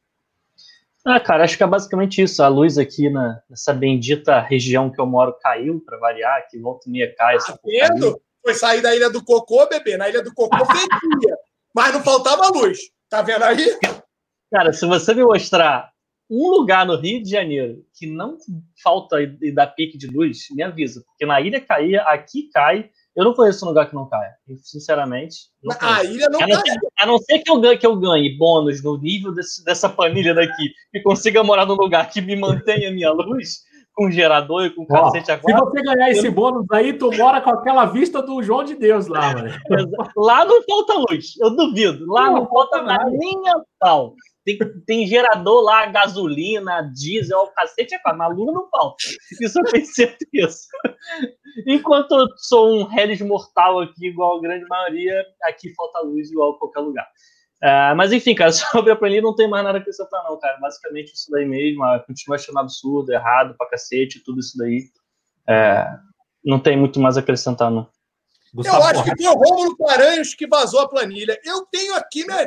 Ah, cara, acho que é basicamente isso. A luz aqui na, nessa bendita região que eu moro caiu, para variar, que volta e meia cai. Tá vendo? Foi sair da Ilha do Cocô, bebê. Na Ilha do Cocô fedia, mas não faltava luz. Tá vendo aí? Cara, se você me mostrar um lugar no Rio de Janeiro que não falta e dá pique de luz, me avisa. Porque na ilha caía, aqui cai. Eu não conheço um lugar que não caia. Sinceramente. Não a ilha não a não, ser, a não ser que eu ganhe, que eu ganhe bônus no nível desse, dessa planilha daqui e consiga morar num lugar que me mantenha a minha luz, com gerador e com Ó, cacete a quatro. Se você ganhar esse bônus aí, tu mora com aquela vista do João de Deus lá, mano. Lá não falta luz, eu duvido. Lá não, não falta nada, nem a pau. Tem, tem gerador lá, gasolina, diesel, cacete, a luz não falta. Isso eu tenho certeza. Enquanto eu sou um Hellis mortal aqui, igual a grande maioria, aqui falta luz igual a qualquer lugar. Uh, mas enfim, cara, sobre a planilha não tem mais nada a acrescentar não, cara. Basicamente isso daí mesmo, continua achando absurdo, errado pra cacete, tudo isso daí. Uh, não tem muito mais a acrescentar, não. Gustavo eu acho Corrado. Que foi o Rômulo Paranhos que vazou a planilha. Eu tenho aqui, né?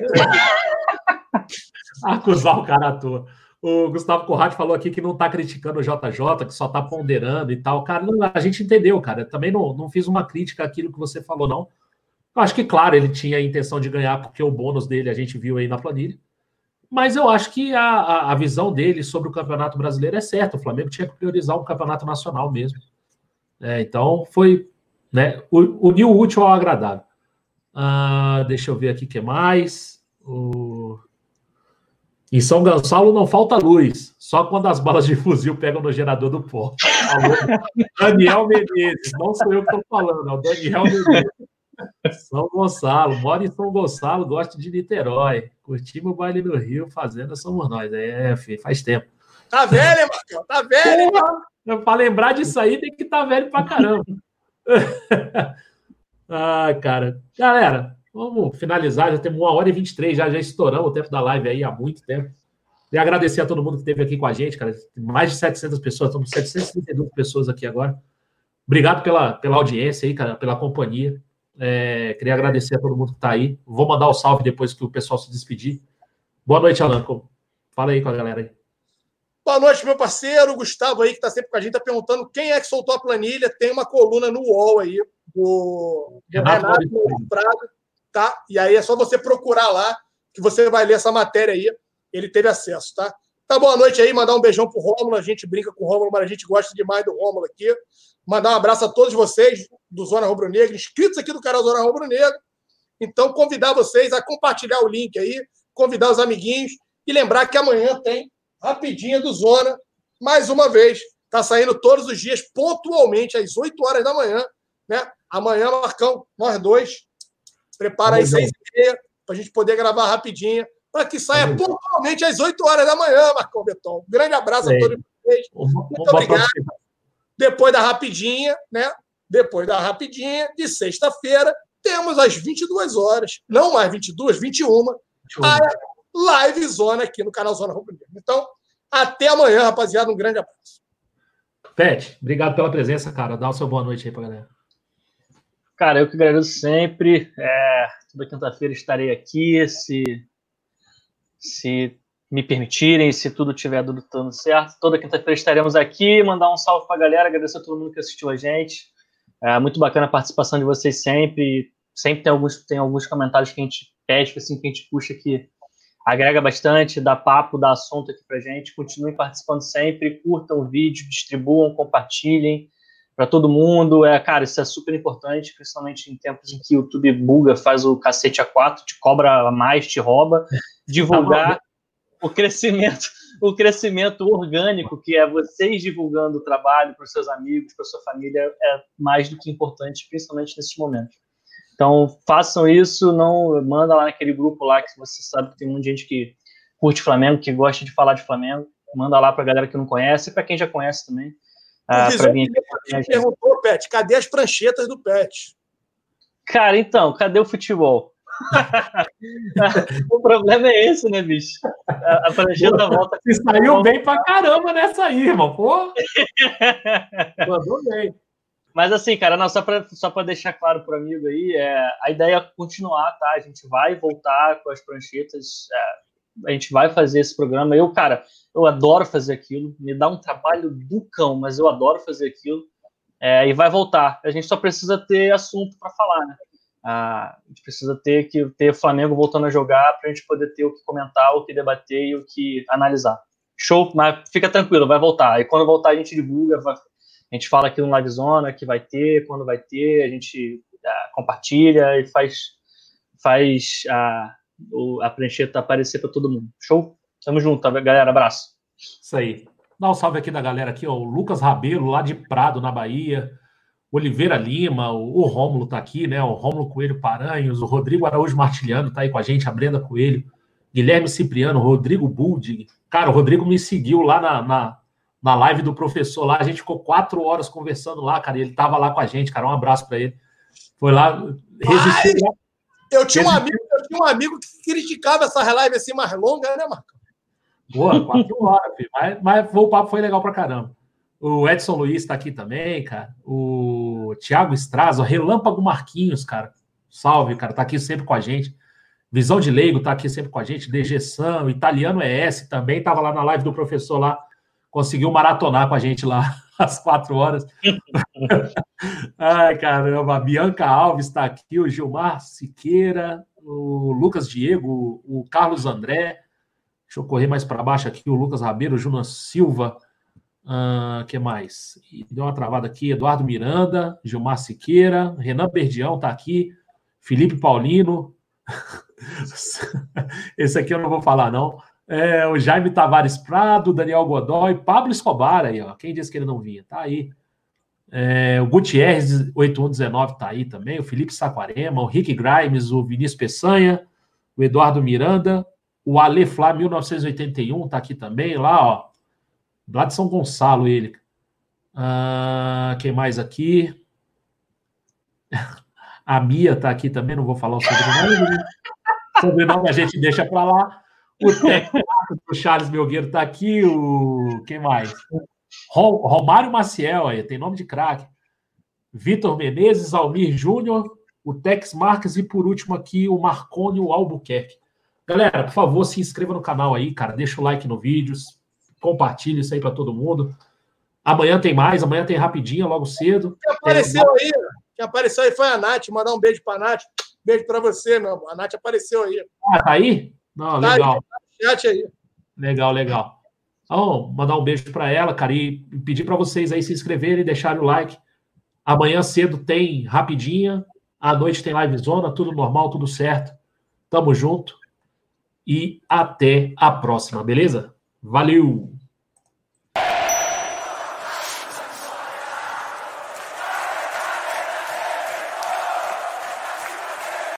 Acusar o cara à toa. O Gustavo Corrado falou aqui que não está criticando o J J, que só está ponderando e tal. Cara, não, a gente entendeu, cara. Eu também não, não fiz uma crítica àquilo que você falou, não. Eu acho que, claro, ele tinha a intenção de ganhar, porque o bônus dele a gente viu aí na planilha. Mas eu acho que a, a, a visão dele sobre o Campeonato Brasileiro é certa. O Flamengo tinha que priorizar o Campeonato Nacional mesmo. É, então, foi... Né? Uniu o útil ao agradável. Ah, deixa eu ver aqui o que mais. O... Em São Gonçalo não falta luz, só quando as balas de fuzil pegam no gerador do pó. Daniel Menezes, não sou eu que estou falando, é o Daniel Menezes. São Gonçalo, moro em São Gonçalo, gosto de Niterói. Curtimos o baile no Rio, fazenda somos nós. É, filho, faz tempo. Tá velho, hein, Marcão? Tá velho, hein? Para lembrar disso aí, tem que estar tá velho pra caramba. Ah, cara. Galera, vamos finalizar. Já temos uma hora e vinte e três, já, já estouramos o tempo da live aí há muito tempo. E agradecer a todo mundo que esteve aqui com a gente, cara. Mais de setecentas pessoas, estamos setecentas e trinta e duas pessoas aqui agora. Obrigado pela, pela audiência aí, cara, pela companhia. É, queria agradecer a todo mundo que está aí. Vou mandar o salve depois que o pessoal se despedir. Boa noite, Alan. Fala aí com a galera aí. Boa noite, meu parceiro. O Gustavo aí, que está sempre com a gente, está perguntando quem é que soltou a planilha. Tem uma coluna no U O L aí, do Renato, Renato Prado, tá? E aí é só você procurar lá, que você vai ler essa matéria aí. Ele teve acesso, tá? Tá, boa noite aí. Mandar um beijão pro Rômulo. A gente brinca com o Rômulo, mas a gente gosta demais do Rômulo aqui. Mandar um abraço a todos vocês do Zona Rubro Negra, inscritos aqui do canal Zona Rubro Negra. Então, convidar vocês a compartilhar o link aí, convidar os amiguinhos e lembrar que amanhã tem Rapidinha do Zona, mais uma vez, Está saindo todos os dias, pontualmente, às oito horas da manhã. Né? Amanhã, Marcão, nós dois. Prepara aí seis e meia para a gente poder gravar rapidinho, para que saia Vamos pontualmente às oito horas da manhã, Marcão Beton. Um grande abraço é. a todos vocês. Muito obrigado. Depois da rapidinha, né? Depois da rapidinha, de sexta-feira, temos às vinte e duas horas, não mais vinte e duas, vinte e uma, a live zona aqui no canal Zona Rubro Negra. Então, até amanhã, rapaziada. Um grande abraço. Pet, obrigado pela presença, cara. Dá o seu boa noite aí pra galera. Cara, eu que agradeço sempre. É, toda quinta-feira estarei aqui, se, se me permitirem, se tudo estiver dando certo. Toda quinta-feira estaremos aqui. Mandar um salve pra galera, agradecer a todo mundo que assistiu a gente. É muito bacana a participação de vocês sempre. Sempre tem alguns, tem alguns comentários que a gente pede, assim, que a gente puxa aqui. Agrega bastante, dá papo, dá assunto aqui pra gente. Continuem participando sempre, curtam o vídeo, distribuam, compartilhem para todo mundo. É, cara, isso é super importante, principalmente em tempos em que o YouTube buga, faz o cacete a quatro, te cobra mais, te rouba. Divulgar o crescimento, o crescimento orgânico, que é vocês divulgando o trabalho para os seus amigos, para sua família, é mais do que importante, principalmente nesses momentos. Então, façam isso, não manda lá naquele grupo lá que você sabe que tem muita gente que curte Flamengo, que gosta de falar de Flamengo. Manda lá para a galera que não conhece e para quem já conhece também. Ah, o vir aqui, perguntou, Pet, cadê as pranchetas do Pet? Cara, então, cadê o futebol? O problema é esse, né, bicho? A, a prancheta volta... Você saiu volta... bem pra caramba nessa aí, irmão. Pô! Mandou bem. Mas assim, cara, não, só para só para deixar claro pro amigo aí, é, a ideia é continuar, tá? A gente vai voltar com as pranchetas, é, a gente vai fazer esse programa. Eu, cara, eu adoro fazer aquilo, me dá um trabalho do cão, mas eu adoro fazer aquilo, é, e vai voltar. A gente só precisa ter assunto para falar, né? Ah, a gente precisa ter que ter o Flamengo voltando a jogar para a gente poder ter o que comentar, o que debater e o que analisar. Show? Mas fica tranquilo, vai voltar. E quando voltar a gente divulga, vai... A gente fala aqui no Live Zona que vai ter, quando vai ter, a gente uh, compartilha e faz, faz a, o, a prancheta aparecer para todo mundo. Show? Tamo junto, tá, galera? Abraço. Isso aí. Dá um salve aqui da galera aqui, ó. O Lucas Rabelo, lá de Prado, na Bahia. Oliveira Lima, o, o Rômulo tá aqui, né? O Rômulo Coelho Paranhos, o Rodrigo Araújo Martiliano tá aí com a gente, a Brenda Coelho, Guilherme Cipriano, Rodrigo Buldig. Cara, o Rodrigo me seguiu lá na... na na live do professor lá, a gente ficou quatro horas conversando lá, cara, e ele tava lá com a gente, cara, um abraço para ele. Foi lá, resistiu. Eu tinha, um amigo, eu tinha um amigo que criticava essa live assim mais longa, né, Marcão? Boa, quatro horas, filho. Mas, mas o papo foi legal pra caramba. O Edson Luiz tá aqui também, cara. O Thiago Straza, o Relâmpago Marquinhos, cara. Salve, cara, tá aqui sempre com a gente. Visão de Leigo tá aqui sempre com a gente. D G Sam, Italiano E S também tava lá na live do professor lá. Conseguiu maratonar com a gente lá às quatro horas. Ai, caramba. A Bianca Alves está aqui, o Gilmar Siqueira, o Lucas Diego, o Carlos André. Deixa eu correr mais para baixo aqui. O Lucas Rabeiro, o Jonas Silva. O uh, que mais? Deu uma travada aqui. Eduardo Miranda, Gilmar Siqueira, Renan Berdião está aqui. Felipe Paulino. Esse aqui eu não vou falar, não. É, o Jaime Tavares Prado, Daniel Godoy, Pablo Escobar aí, ó. Quem disse que ele não vinha? Tá aí. É, o Gutierrez oito um um nove tá aí também, o Felipe Saquarema, o Rick Grimes, o Vinícius Peçanha, o Eduardo Miranda, o Ale Flá mil novecentos e oitenta e um tá aqui também, lá, ó. Lá de São Gonçalo, ele. Ah, quem mais aqui? A Mia tá aqui também, não vou falar o sobrenome. O sobrenome a gente deixa pra lá. O técnico do Charles Melgueiro tá aqui, o... Quem mais? Romário Maciel, aí, tem nome de craque. Vitor Menezes, Almir Júnior, o Tex Marques e, por último, aqui, o Marcônio Albuquerque. Galera, por favor, se inscreva no canal aí, cara. Deixa o like no vídeo, compartilha isso aí para todo mundo. Amanhã tem mais, amanhã tem rapidinho, logo cedo. Quem apareceu é... aí, quem apareceu aí foi a Nath. Mandar um beijo pra Nath. Beijo para você, meu amor. A Nath apareceu aí. Ah, tá aí? Não, legal. Chat aí. Legal, legal. Então, mandar um beijo para ela, cara, e pedir para vocês aí se inscreverem e deixarem o like. Amanhã cedo tem rapidinha, à noite tem live zona, tudo normal, tudo certo. Tamo junto e até a próxima, beleza? Valeu!